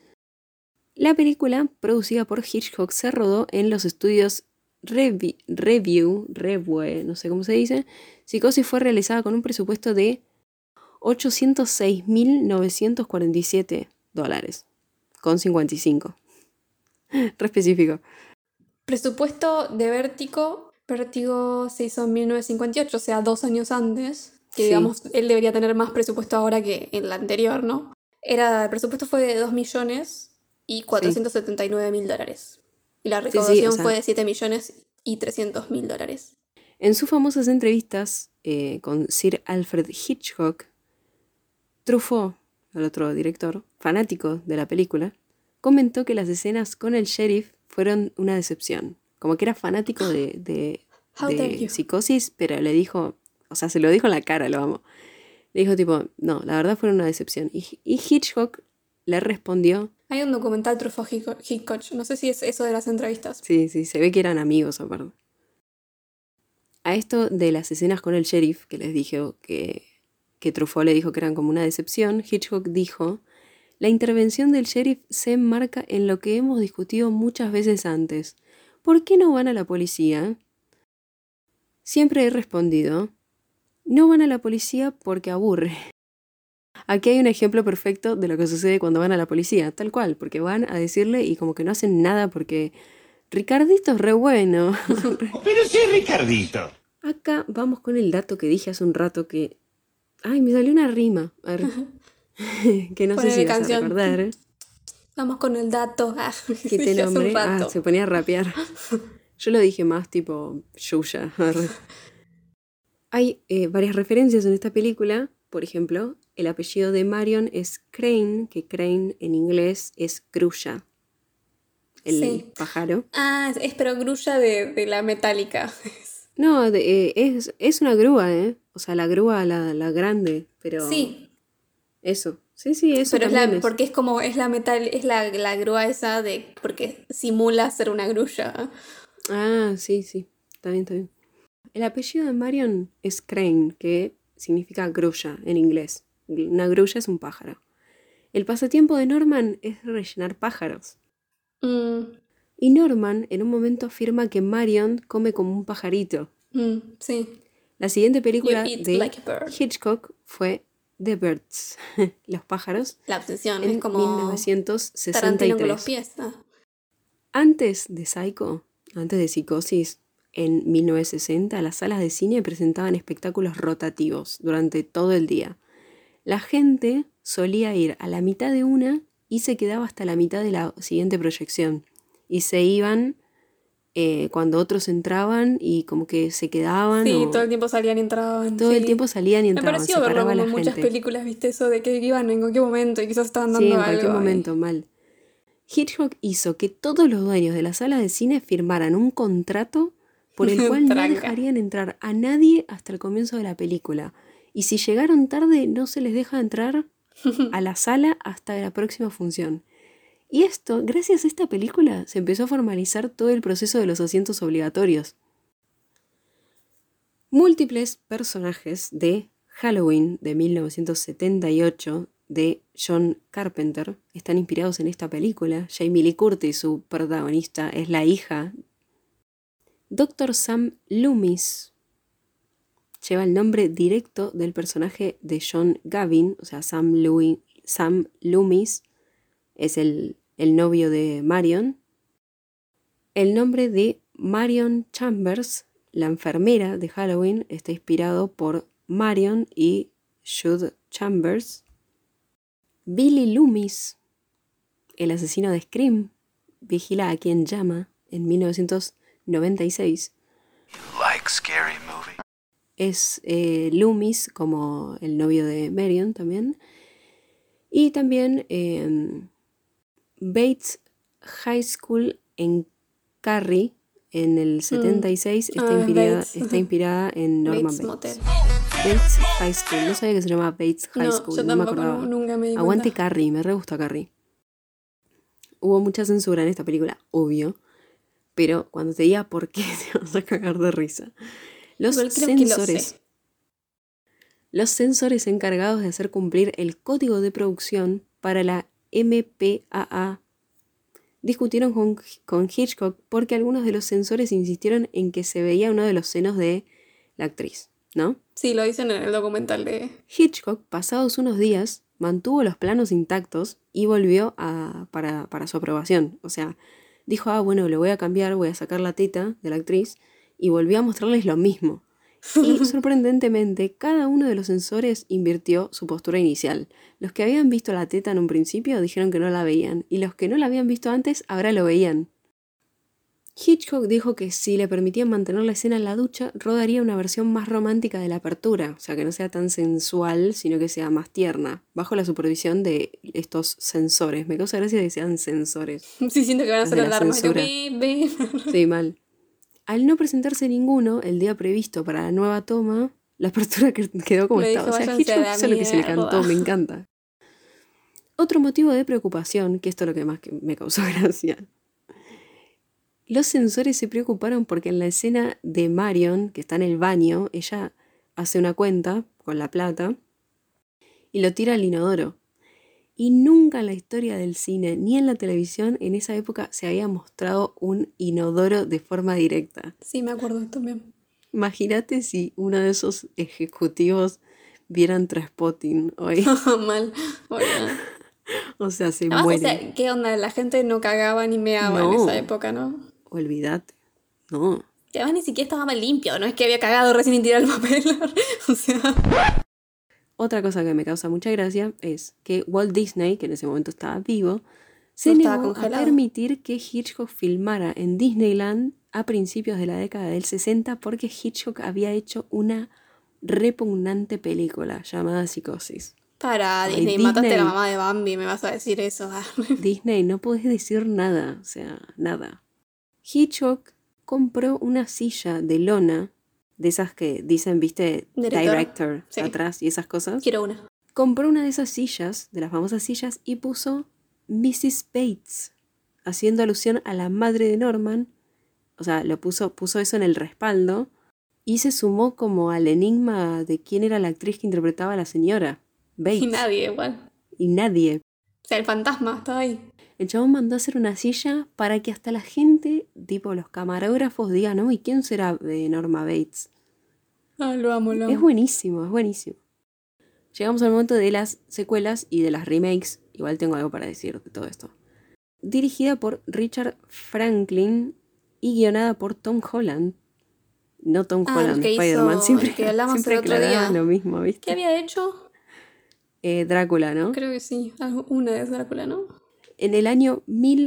La película, producida por Hitchcock, se rodó en los estudios Revue, no sé cómo se dice. Psicosis fue realizada con un presupuesto de $806.947 con 55. Re específico. Presupuesto de Vértigo. Vértigo se hizo en 1958, o sea, 2 años antes. Que Sí. digamos, él debería tener más presupuesto ahora que en la anterior, ¿no? El presupuesto fue de $2.479.000. Y la recaudación o sea, fue de $7.300.000. En sus famosas entrevistas con Sir Alfred Hitchcock, Truffaut, el otro director, fanático de la película, comentó que las escenas con el sheriff fueron una decepción. Como que era fanático de How dare you. Psicosis, pero le dijo, o sea, se lo dijo en la cara, lo amo. Le dijo tipo, no, la verdad fueron una decepción. Y Hitchcock le respondió, Hay un documental Truffaut Hitchcock, no sé si es eso de las entrevistas. sí, se ve que eran amigos aparte. A esto de las escenas con el sheriff, que les dije que Truffaut le dijo que eran como una decepción, Hitchcock dijo, la intervención del sheriff se enmarca en lo que hemos discutido muchas veces antes. ¿Por qué no van a la policía? Siempre he respondido, no van a la policía porque aburre. Aquí hay un ejemplo perfecto de lo que sucede cuando van a la policía, tal cual, porque van a decirle y como que no hacen nada porque Ricardito es re bueno. Pero sí, Ricardito. Acá vamos con el dato que dije hace un rato que... Ay, me salió una rima. A ver. Que no sé Ponele si vas a canción. recordar. Vamos con el dato. Que te dije hace un nombré. rato. Se ponía a rapear. Yo lo dije más tipo Yuya. Hay varias referencias en esta película. Por ejemplo, el apellido de Marion es Crane, que Crane en inglés es grulla. El Sí. pájaro. Es pero grulla de la metálica. No, es una grúa, ¿eh? O sea, la grúa, la grande, pero... Sí, Eso. Sí, eso pero también es. porque es como, es la metal, es la grúa esa porque simula ser una grulla. Ah, sí. Está bien. El apellido de Marion es Crane, que significa grulla en inglés. Una grulla es un pájaro. El pasatiempo de Norman es rellenar pájaros. Y Norman en un momento afirma que Marion come como un pajarito. Sí. La siguiente película You eat de like a bird. Hitchcock fue The Birds, Los pájaros, La obsesión en es como Tarantino con los 1963. pies. Antes de Psycho, antes de Psicosis, en 1960, las salas de cine presentaban espectáculos rotativos durante todo el día. La gente solía ir a la mitad de una y se quedaba hasta la mitad de la siguiente proyección. Y se iban cuando otros entraban y como que se quedaban. Sí, o todo el tiempo salían y entraban. todo sí. el tiempo salían y Me entraban. pareció Se verlo paraba como la en muchas gente. películas, ¿viste? Eso de que iban en cualquier momento y quizás estaban Sí, dando en algo. cualquier ahí. momento, mal. Hitchcock hizo que todos los dueños de la sala de cine firmaran un contrato por el cual no Tranca. dejarían entrar a nadie hasta el comienzo de la película. Y si llegaron tarde, no se les deja entrar a la sala hasta la próxima función. Y esto, gracias a esta película, se empezó a formalizar todo el proceso de los asientos obligatorios. Múltiples personajes de Halloween de 1978 de John Carpenter están inspirados en esta película. Jamie Lee Curtis, su protagonista, es la hija. Dr. Sam Loomis lleva el nombre directo del personaje de John Gavin, o sea, Sam Loomis es el novio de Marion. El nombre de Marion Chambers, la enfermera de Halloween, está inspirado por Marion y Jude Chambers. Billy Loomis, el asesino de Scream, vigila a quien llama en 1996. Like scary movie. Es Loomis como el novio de Marion también. Y también Bates High School en Carrie en el 76 está inspirada en Norman Bates Bates. Motel. Bates High School. No sabía que se llamaba Bates High No, School. yo No me tampoco, acordaba. nunca me di Aguante cuenta. Carrie, me re gusta Carrie. Hubo mucha censura en esta película, obvio. Pero cuando te diga por qué te vas a cagar de risa. Los Igual creo que lo censores. sé. Los censores encargados de hacer cumplir el código de producción para la MPAA discutieron con Hitchcock porque algunos de los censores insistieron en que se veía uno de los senos de la actriz, ¿no? Sí, lo dicen en el documental de... Hitchcock, pasados unos días, mantuvo los planos intactos y volvió para su aprobación. O sea, dijo, bueno, le voy a cambiar, voy a sacar la teta de la actriz y volvió a mostrarles lo mismo. Y sorprendentemente, cada uno de los censores invirtió su postura inicial. Los que habían visto la teta en un principio dijeron que no la veían, y los que no la habían visto antes ahora lo veían. Hitchcock dijo que si le permitían mantener la escena en la ducha, rodaría una versión más romántica de la apertura, o sea que no sea tan sensual, sino que sea más tierna, bajo la supervisión de estos censores. Me causa gracia que sean censores. Sí, siento que van a Los hacer de la alarma. censura. Sí, mal. Al no presentarse ninguno el día previsto para la nueva toma, la apertura quedó como Le estaba. dijo, O sea, "Váyanse a Hitchcock la hizo lo que se le mierda". cantó, me encanta. Otro motivo de preocupación, que esto es lo que más que me causó gracia. Los censores se preocuparon porque en la escena de Marion, que está en el baño, ella hace una cuenta con la plata y lo tira al inodoro. Y nunca en la historia del cine ni en la televisión en esa época se había mostrado un inodoro de forma directa. Sí, me acuerdo también. Imagínate si uno de esos ejecutivos vieran Trainspotting hoy. Mal. Bueno. O sea, se Además, muere. o sea, ¿qué onda? La gente no cagaba ni meaba en No. esa época, ¿no? Olvídate. No. Que además ni siquiera estaba mal limpio, no es que había cagado recién y tirado el papel. O sea... Otra cosa que me causa mucha gracia es que Walt Disney, que en ese momento estaba vivo, se No estaba negó a congelado. permitir que Hitchcock filmara en Disneyland a principios de la década del 60 porque Hitchcock había hecho una repugnante película llamada Psicosis. Para Ay, Disney, mataste a la Disney. mamá de Bambi, me vas a decir eso. Disney, no podés decir nada, o sea, nada. Hitchcock compró una silla de lona, de esas que dicen, viste, director Sí. atrás y esas cosas. Quiero una. Compró una de esas sillas, de las famosas sillas, y puso Mrs. Bates, haciendo alusión a la madre de Norman. O sea, puso eso en el respaldo y se sumó como al enigma de quién era la actriz que interpretaba a la señora Bates. Y nadie igual. Y nadie. O sea, el fantasma estaba ahí. El chabón mandó a hacer una silla para que hasta la gente, tipo los camarógrafos, digan, ¿no? ¿Y quién será Norma Bates? Ah, lo amo, lo Es amo. buenísimo, es buenísimo. Llegamos al momento de las secuelas y de las remakes. Igual tengo algo para decir de todo esto. Dirigida por Richard Franklin y guionada por Tom Holland. No Tom Ah, Holland, el que Spider-Man. hizo- Siempre, el que hablamos siempre el otro aclaraba día. lo mismo, ¿Qué ¿viste? había hecho? Drácula, ¿no? Creo que sí. Una de Drácula, ¿no? En el año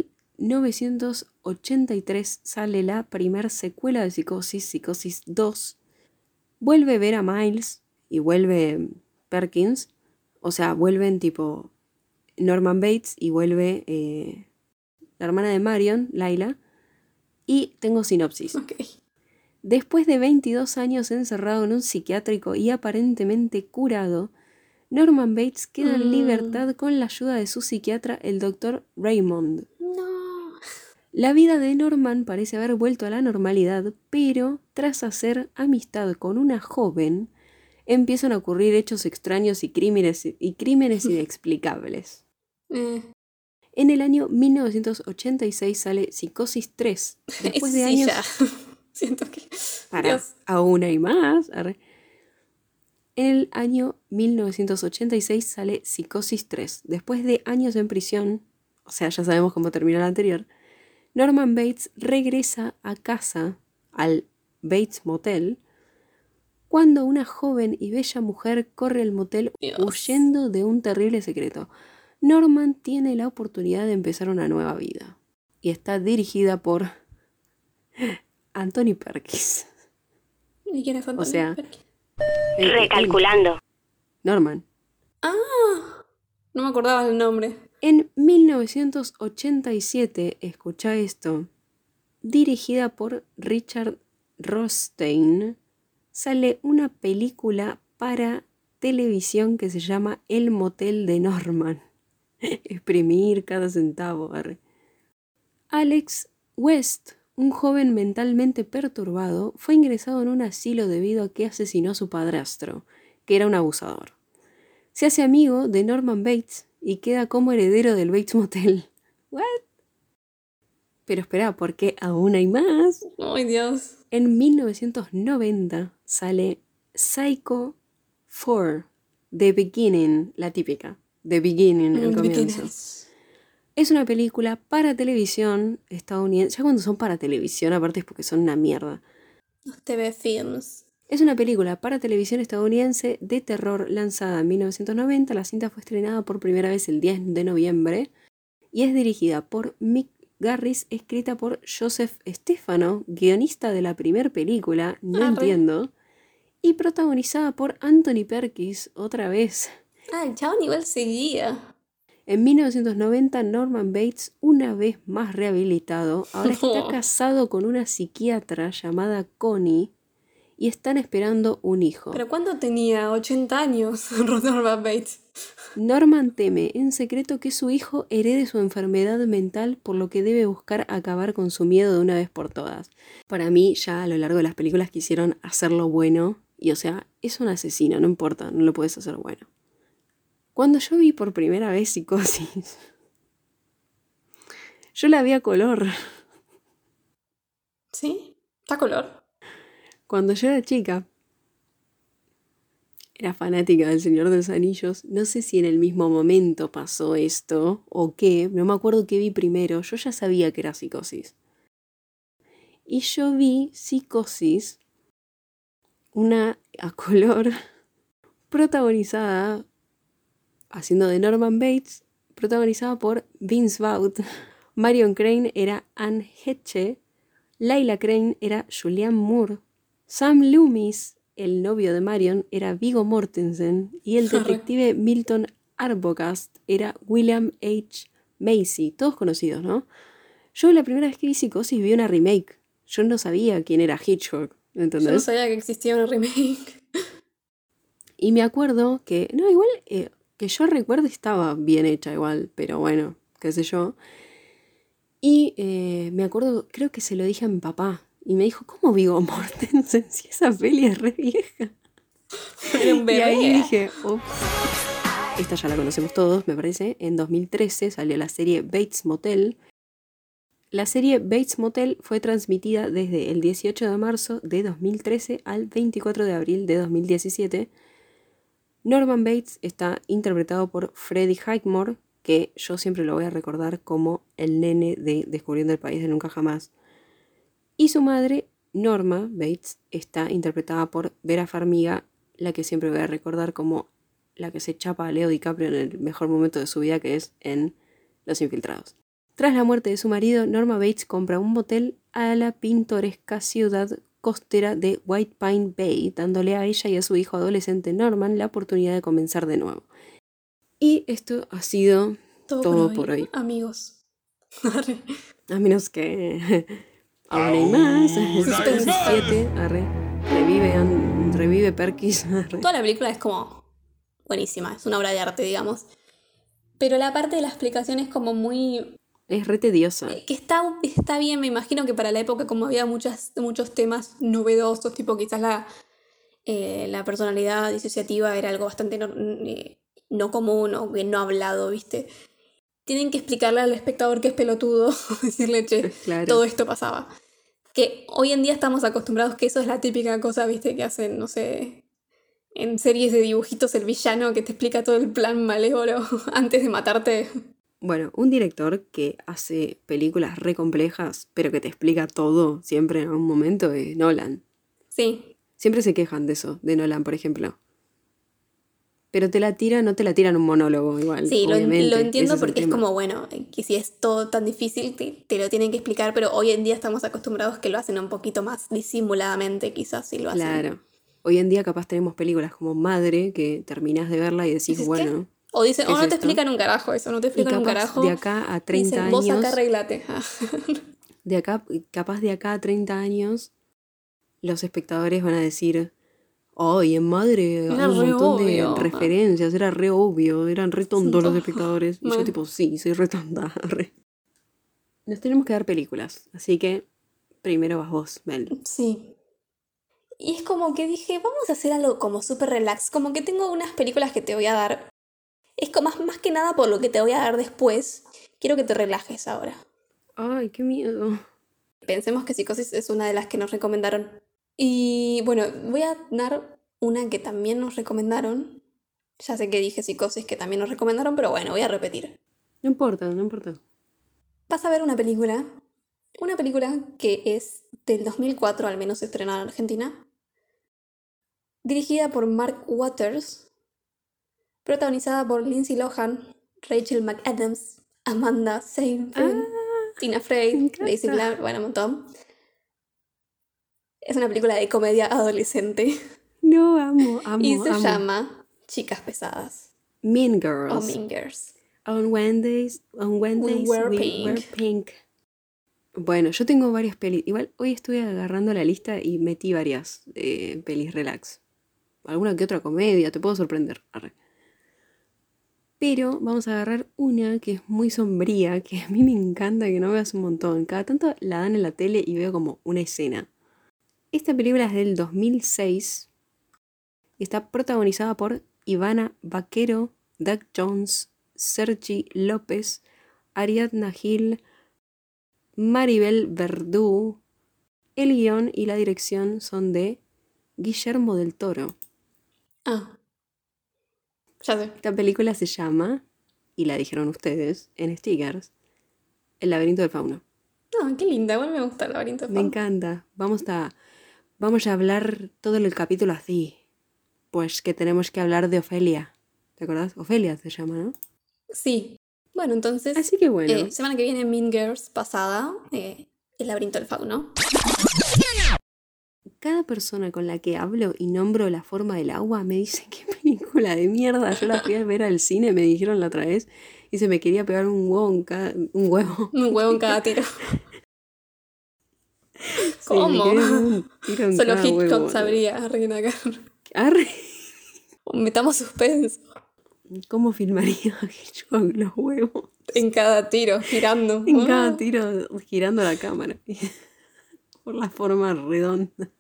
1983 sale la primer secuela de Psicosis, Psicosis 2. Vuelve Vera Miles y vuelve Perkins. O sea, vuelven tipo Norman Bates y vuelve la hermana de Marion, Laila. Y tengo sinopsis. Ok. Después de 22 años encerrado en un psiquiátrico y aparentemente curado, Norman Bates queda en libertad con la ayuda de su psiquiatra, el Dr. Raymond. No. La vida de Norman parece haber vuelto a la normalidad, pero tras hacer amistad con una joven, empiezan a ocurrir hechos extraños y crímenes inexplicables. En el año 1986 sale Psicosis 3. Después de Sí, años... ya. Siento que... Para, Dios. aún hay más. Arre. En el año 1986 sale Psicosis 3. Después de años en prisión, o sea, ya sabemos cómo terminó la anterior, Norman Bates regresa a casa, al Bates Motel, cuando una joven y bella mujer corre al motel Dios. huyendo de un terrible secreto. Norman tiene la oportunidad de empezar una nueva vida. Y está dirigida por Anthony Perkins. ¿Y quién es Anthony? O sea, Perkins? Recalculando. Norman. No me acordaba el nombre. En 1987, escucha esto, dirigida por Richard Rothstein, sale una película para televisión que se llama El Motel de Norman. Exprimir cada centavo. Arre. Alex West, un joven mentalmente perturbado, fue ingresado en un asilo debido a que asesinó a su padrastro, que era un abusador. Se hace amigo de Norman Bates y queda como heredero del Bates Motel. ¿What? Pero espera, porque aún hay más. Ay, Dios. En 1990 sale Psycho 4, The Beginning, la típica. The Beginning, el comienzo. Es una película para televisión estadounidense. Ya cuando son para televisión, aparte es porque son una mierda. TV Films. Es una película para televisión estadounidense de terror lanzada en 1990. La cinta fue estrenada por primera vez el 10 de noviembre y es dirigida por Mick Garris, escrita por Joseph Stefano, guionista de la primera película, no entiendo, y protagonizada por Anthony Perkins, otra vez. Ah, el chabón igual seguía. En 1990, Norman Bates, una vez más rehabilitado, ahora está casado con una psiquiatra llamada Connie y están esperando un hijo. ¿Pero cuándo tenía? 80 años, Norman Bates. Norman teme en secreto que su hijo herede su enfermedad mental, por lo que debe buscar acabar con su miedo de una vez por todas. Para mí, ya a lo largo de las películas quisieron hacerlo bueno, y o sea, es un asesino, no importa, no lo puedes hacer bueno. Cuando yo vi por primera vez Psicosis, yo la vi a color. ¿Sí? ¿Está color? Cuando yo era chica, era fanática del Señor de los Anillos. No sé si en el mismo momento pasó esto o qué. No me acuerdo qué vi primero. Yo ya sabía que era Psicosis. Y yo vi Psicosis, una a color, protagonizada, haciendo de Norman Bates, protagonizada por Vince Vaughn. Marion Crane era Anne Heche, Laila Crane era Julianne Moore, Sam Loomis, el novio de Marion, era Viggo Mortensen y el detective Milton Arbogast era William H. Macy, todos conocidos, ¿no? Yo la primera vez que vi Psicosis vi una remake. Yo no sabía quién era Hitchcock, ¿entendés? Yo no sabía que existía una remake. Y me acuerdo que, no, igual que yo recuerdo estaba bien hecha igual, pero bueno, qué sé yo. Y me acuerdo, creo que se lo dije a mi papá. Y me dijo, ¿cómo Viggo Mortensen si esa peli es re vieja? Era un bebé. Y ahí dije, ups. Esta ya la conocemos todos, me parece. En 2013 salió la serie Bates Motel. La serie Bates Motel fue transmitida desde el 18 de marzo de 2013 al 24 de abril de 2017. Norman Bates está interpretado por Freddie Highmore, que yo siempre lo voy a recordar como el nene de Descubriendo el País de Nunca Jamás. Y su madre, Norma Bates, está interpretada por Vera Farmiga, la que siempre voy a recordar como la que se chapa a Leo DiCaprio en el mejor momento de su vida, que es en Los Infiltrados. Tras la muerte de su marido, Norma Bates compra un motel a la pintoresca ciudad costera de White Pine Bay, dándole a ella y a su hijo adolescente Norman la oportunidad de comenzar de nuevo. Y esto ha sido todo por hoy. Amigos. A menos que aún hay más. Psicosis 7, arre. Revive Perkis. Arre. Toda la película es como buenísima, es una obra de arte, digamos. Pero la parte de la explicación es como muy... Es re tediosa. Que está bien, me imagino que para la época como había muchos temas novedosos, tipo quizás la personalidad disociativa era algo bastante no común o que no hablado, ¿viste? Tienen que explicarle al espectador que es pelotudo, decirle, che, Claro. todo esto pasaba. Que hoy en día estamos acostumbrados que eso es la típica cosa, ¿viste? Que hacen, no sé, en series de dibujitos el villano que te explica todo el plan malévolo antes de matarte. Bueno, un director que hace películas re complejas, pero que te explica todo siempre en algún momento, es Nolan. Sí, Siempre se quejan de eso, de Nolan, por ejemplo. Pero no te la tiran un monólogo igual. sí, obviamente. lo Ese entiendo el porque es tema. como, bueno, que si es todo tan difícil, te lo tienen que explicar, pero hoy en día estamos acostumbrados que lo hacen un poquito más disimuladamente, quizás, si lo hacen. Claro. Hoy en día capaz tenemos películas como Madre, que terminás de verla y decís, ¿Dices bueno... qué? O dicen, ¿qué o es no te esto? explican un carajo eso, no te Y explican un capaz carajo. de acá a 30 Dicen, años... vos acá arreglate. Capaz de acá a 30 años, los espectadores van a decir... ¡Ay, en Madre Era hay un re montón de obvio". referencias! Era re obvio, eran re tontos los Tonto. espectadores. Y yo Bueno. tipo, sí, soy re tonta. Re. Nos tenemos que dar películas, así que primero vas vos, Mel. Sí. Y es como que dije, vamos a hacer algo como súper relax. Como que tengo unas películas que te voy a dar. Es como más que nada por lo que te voy a dar después. Quiero que te relajes ahora. ¡Ay, qué miedo! Pensemos que Psicosis es una de las que nos recomendaron. Y bueno, voy a dar una que también nos recomendaron. Ya sé que dije Psicosis que también nos recomendaron, pero bueno, voy a repetir. No importa, no importa. Vas a ver una película que es del 2004, al menos estrenada en Argentina, dirigida por Mark Waters, protagonizada por Lindsay Lohan, Rachel McAdams, Amanda Seyfried, Tina me Fey, encanta. Daisy Blair, bueno, un montón. Es una película de comedia adolescente No, amo, y amo, se amo. llama Chicas Pesadas Mean o Girls. Mean Girls. On Wednesdays we wear wear pink. Bueno, yo tengo varias pelis. Igual hoy estuve agarrando la lista y metí varias pelis relax. Alguna que otra comedia, te puedo sorprender. Arre. Pero vamos a agarrar una que es muy sombría, que a mí me encanta, que no veas un montón. Cada tanto la dan en la tele y veo como una escena. Esta película es del 2006 y está protagonizada por Ivana Baquero, Doug Jones, Sergi López, Ariadna Gil, Maribel Verdú. El guión y la dirección son de Guillermo del Toro. Ah, ya sé. Esta película se llama, y la dijeron ustedes en stickers, El laberinto del fauno. Ah, qué linda, igual me gusta el laberinto de Me Fauno. encanta. Vamos a hablar todo el capítulo así. pues que tenemos que hablar de Ofelia. ¿Te acordás? Ofelia se llama, ¿no? Sí. Bueno, entonces, Así que bueno. semana que viene Mean Girls pasada, El laberinto del fauno. Cada persona con la que hablo y nombro La forma del agua me dice qué película de mierda. Yo la fui a ver al cine, me dijeron la otra vez, y se me quería pegar un huevo en cada... Un huevo. Un huevo en cada tiro. Sí, ¿Cómo? me quería pegar un tiro en Solo cada Hitchcock huevo. sabría, Reina Carr. Arre. Metamos suspenso ¿Cómo filmaría Hitchcock los huevos? en cada tiro, girando. En cada tiro, girando la cámara. Por la forma redonda.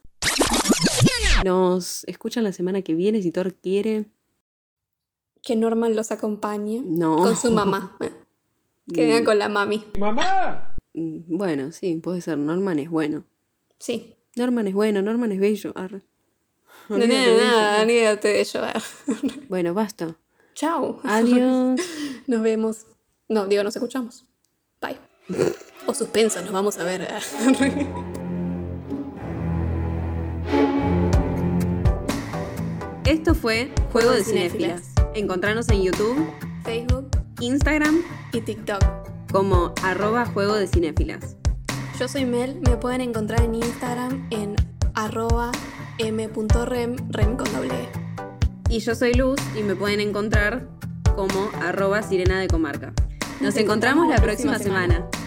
Nos escuchan la semana que viene, si Thor quiere. Que Norman los acompañe. No. Con su mamá. Que venga con la mami. Bueno, sí, puede ser. Norman es bueno. Sí. Norman es bueno, Norman es bello. Arre. No Olvídate tiene de eso. nada, olvídate de ello. Bueno, basta. Chao. Adiós. Nos vemos. No, digo, nos escuchamos. Bye. O suspenso, nos vamos a ver. Esto fue Juego de Cinéfilas. Encontranos en YouTube, Facebook Instagram, y TikTok. como @Juego de Cinéfilas. Yo soy Mel, me pueden encontrar en Instagram en @m.rem, rem con doble E. Y yo soy Luz y me pueden encontrar como @Sirena de Comarca. Nos encontramos la próxima semana.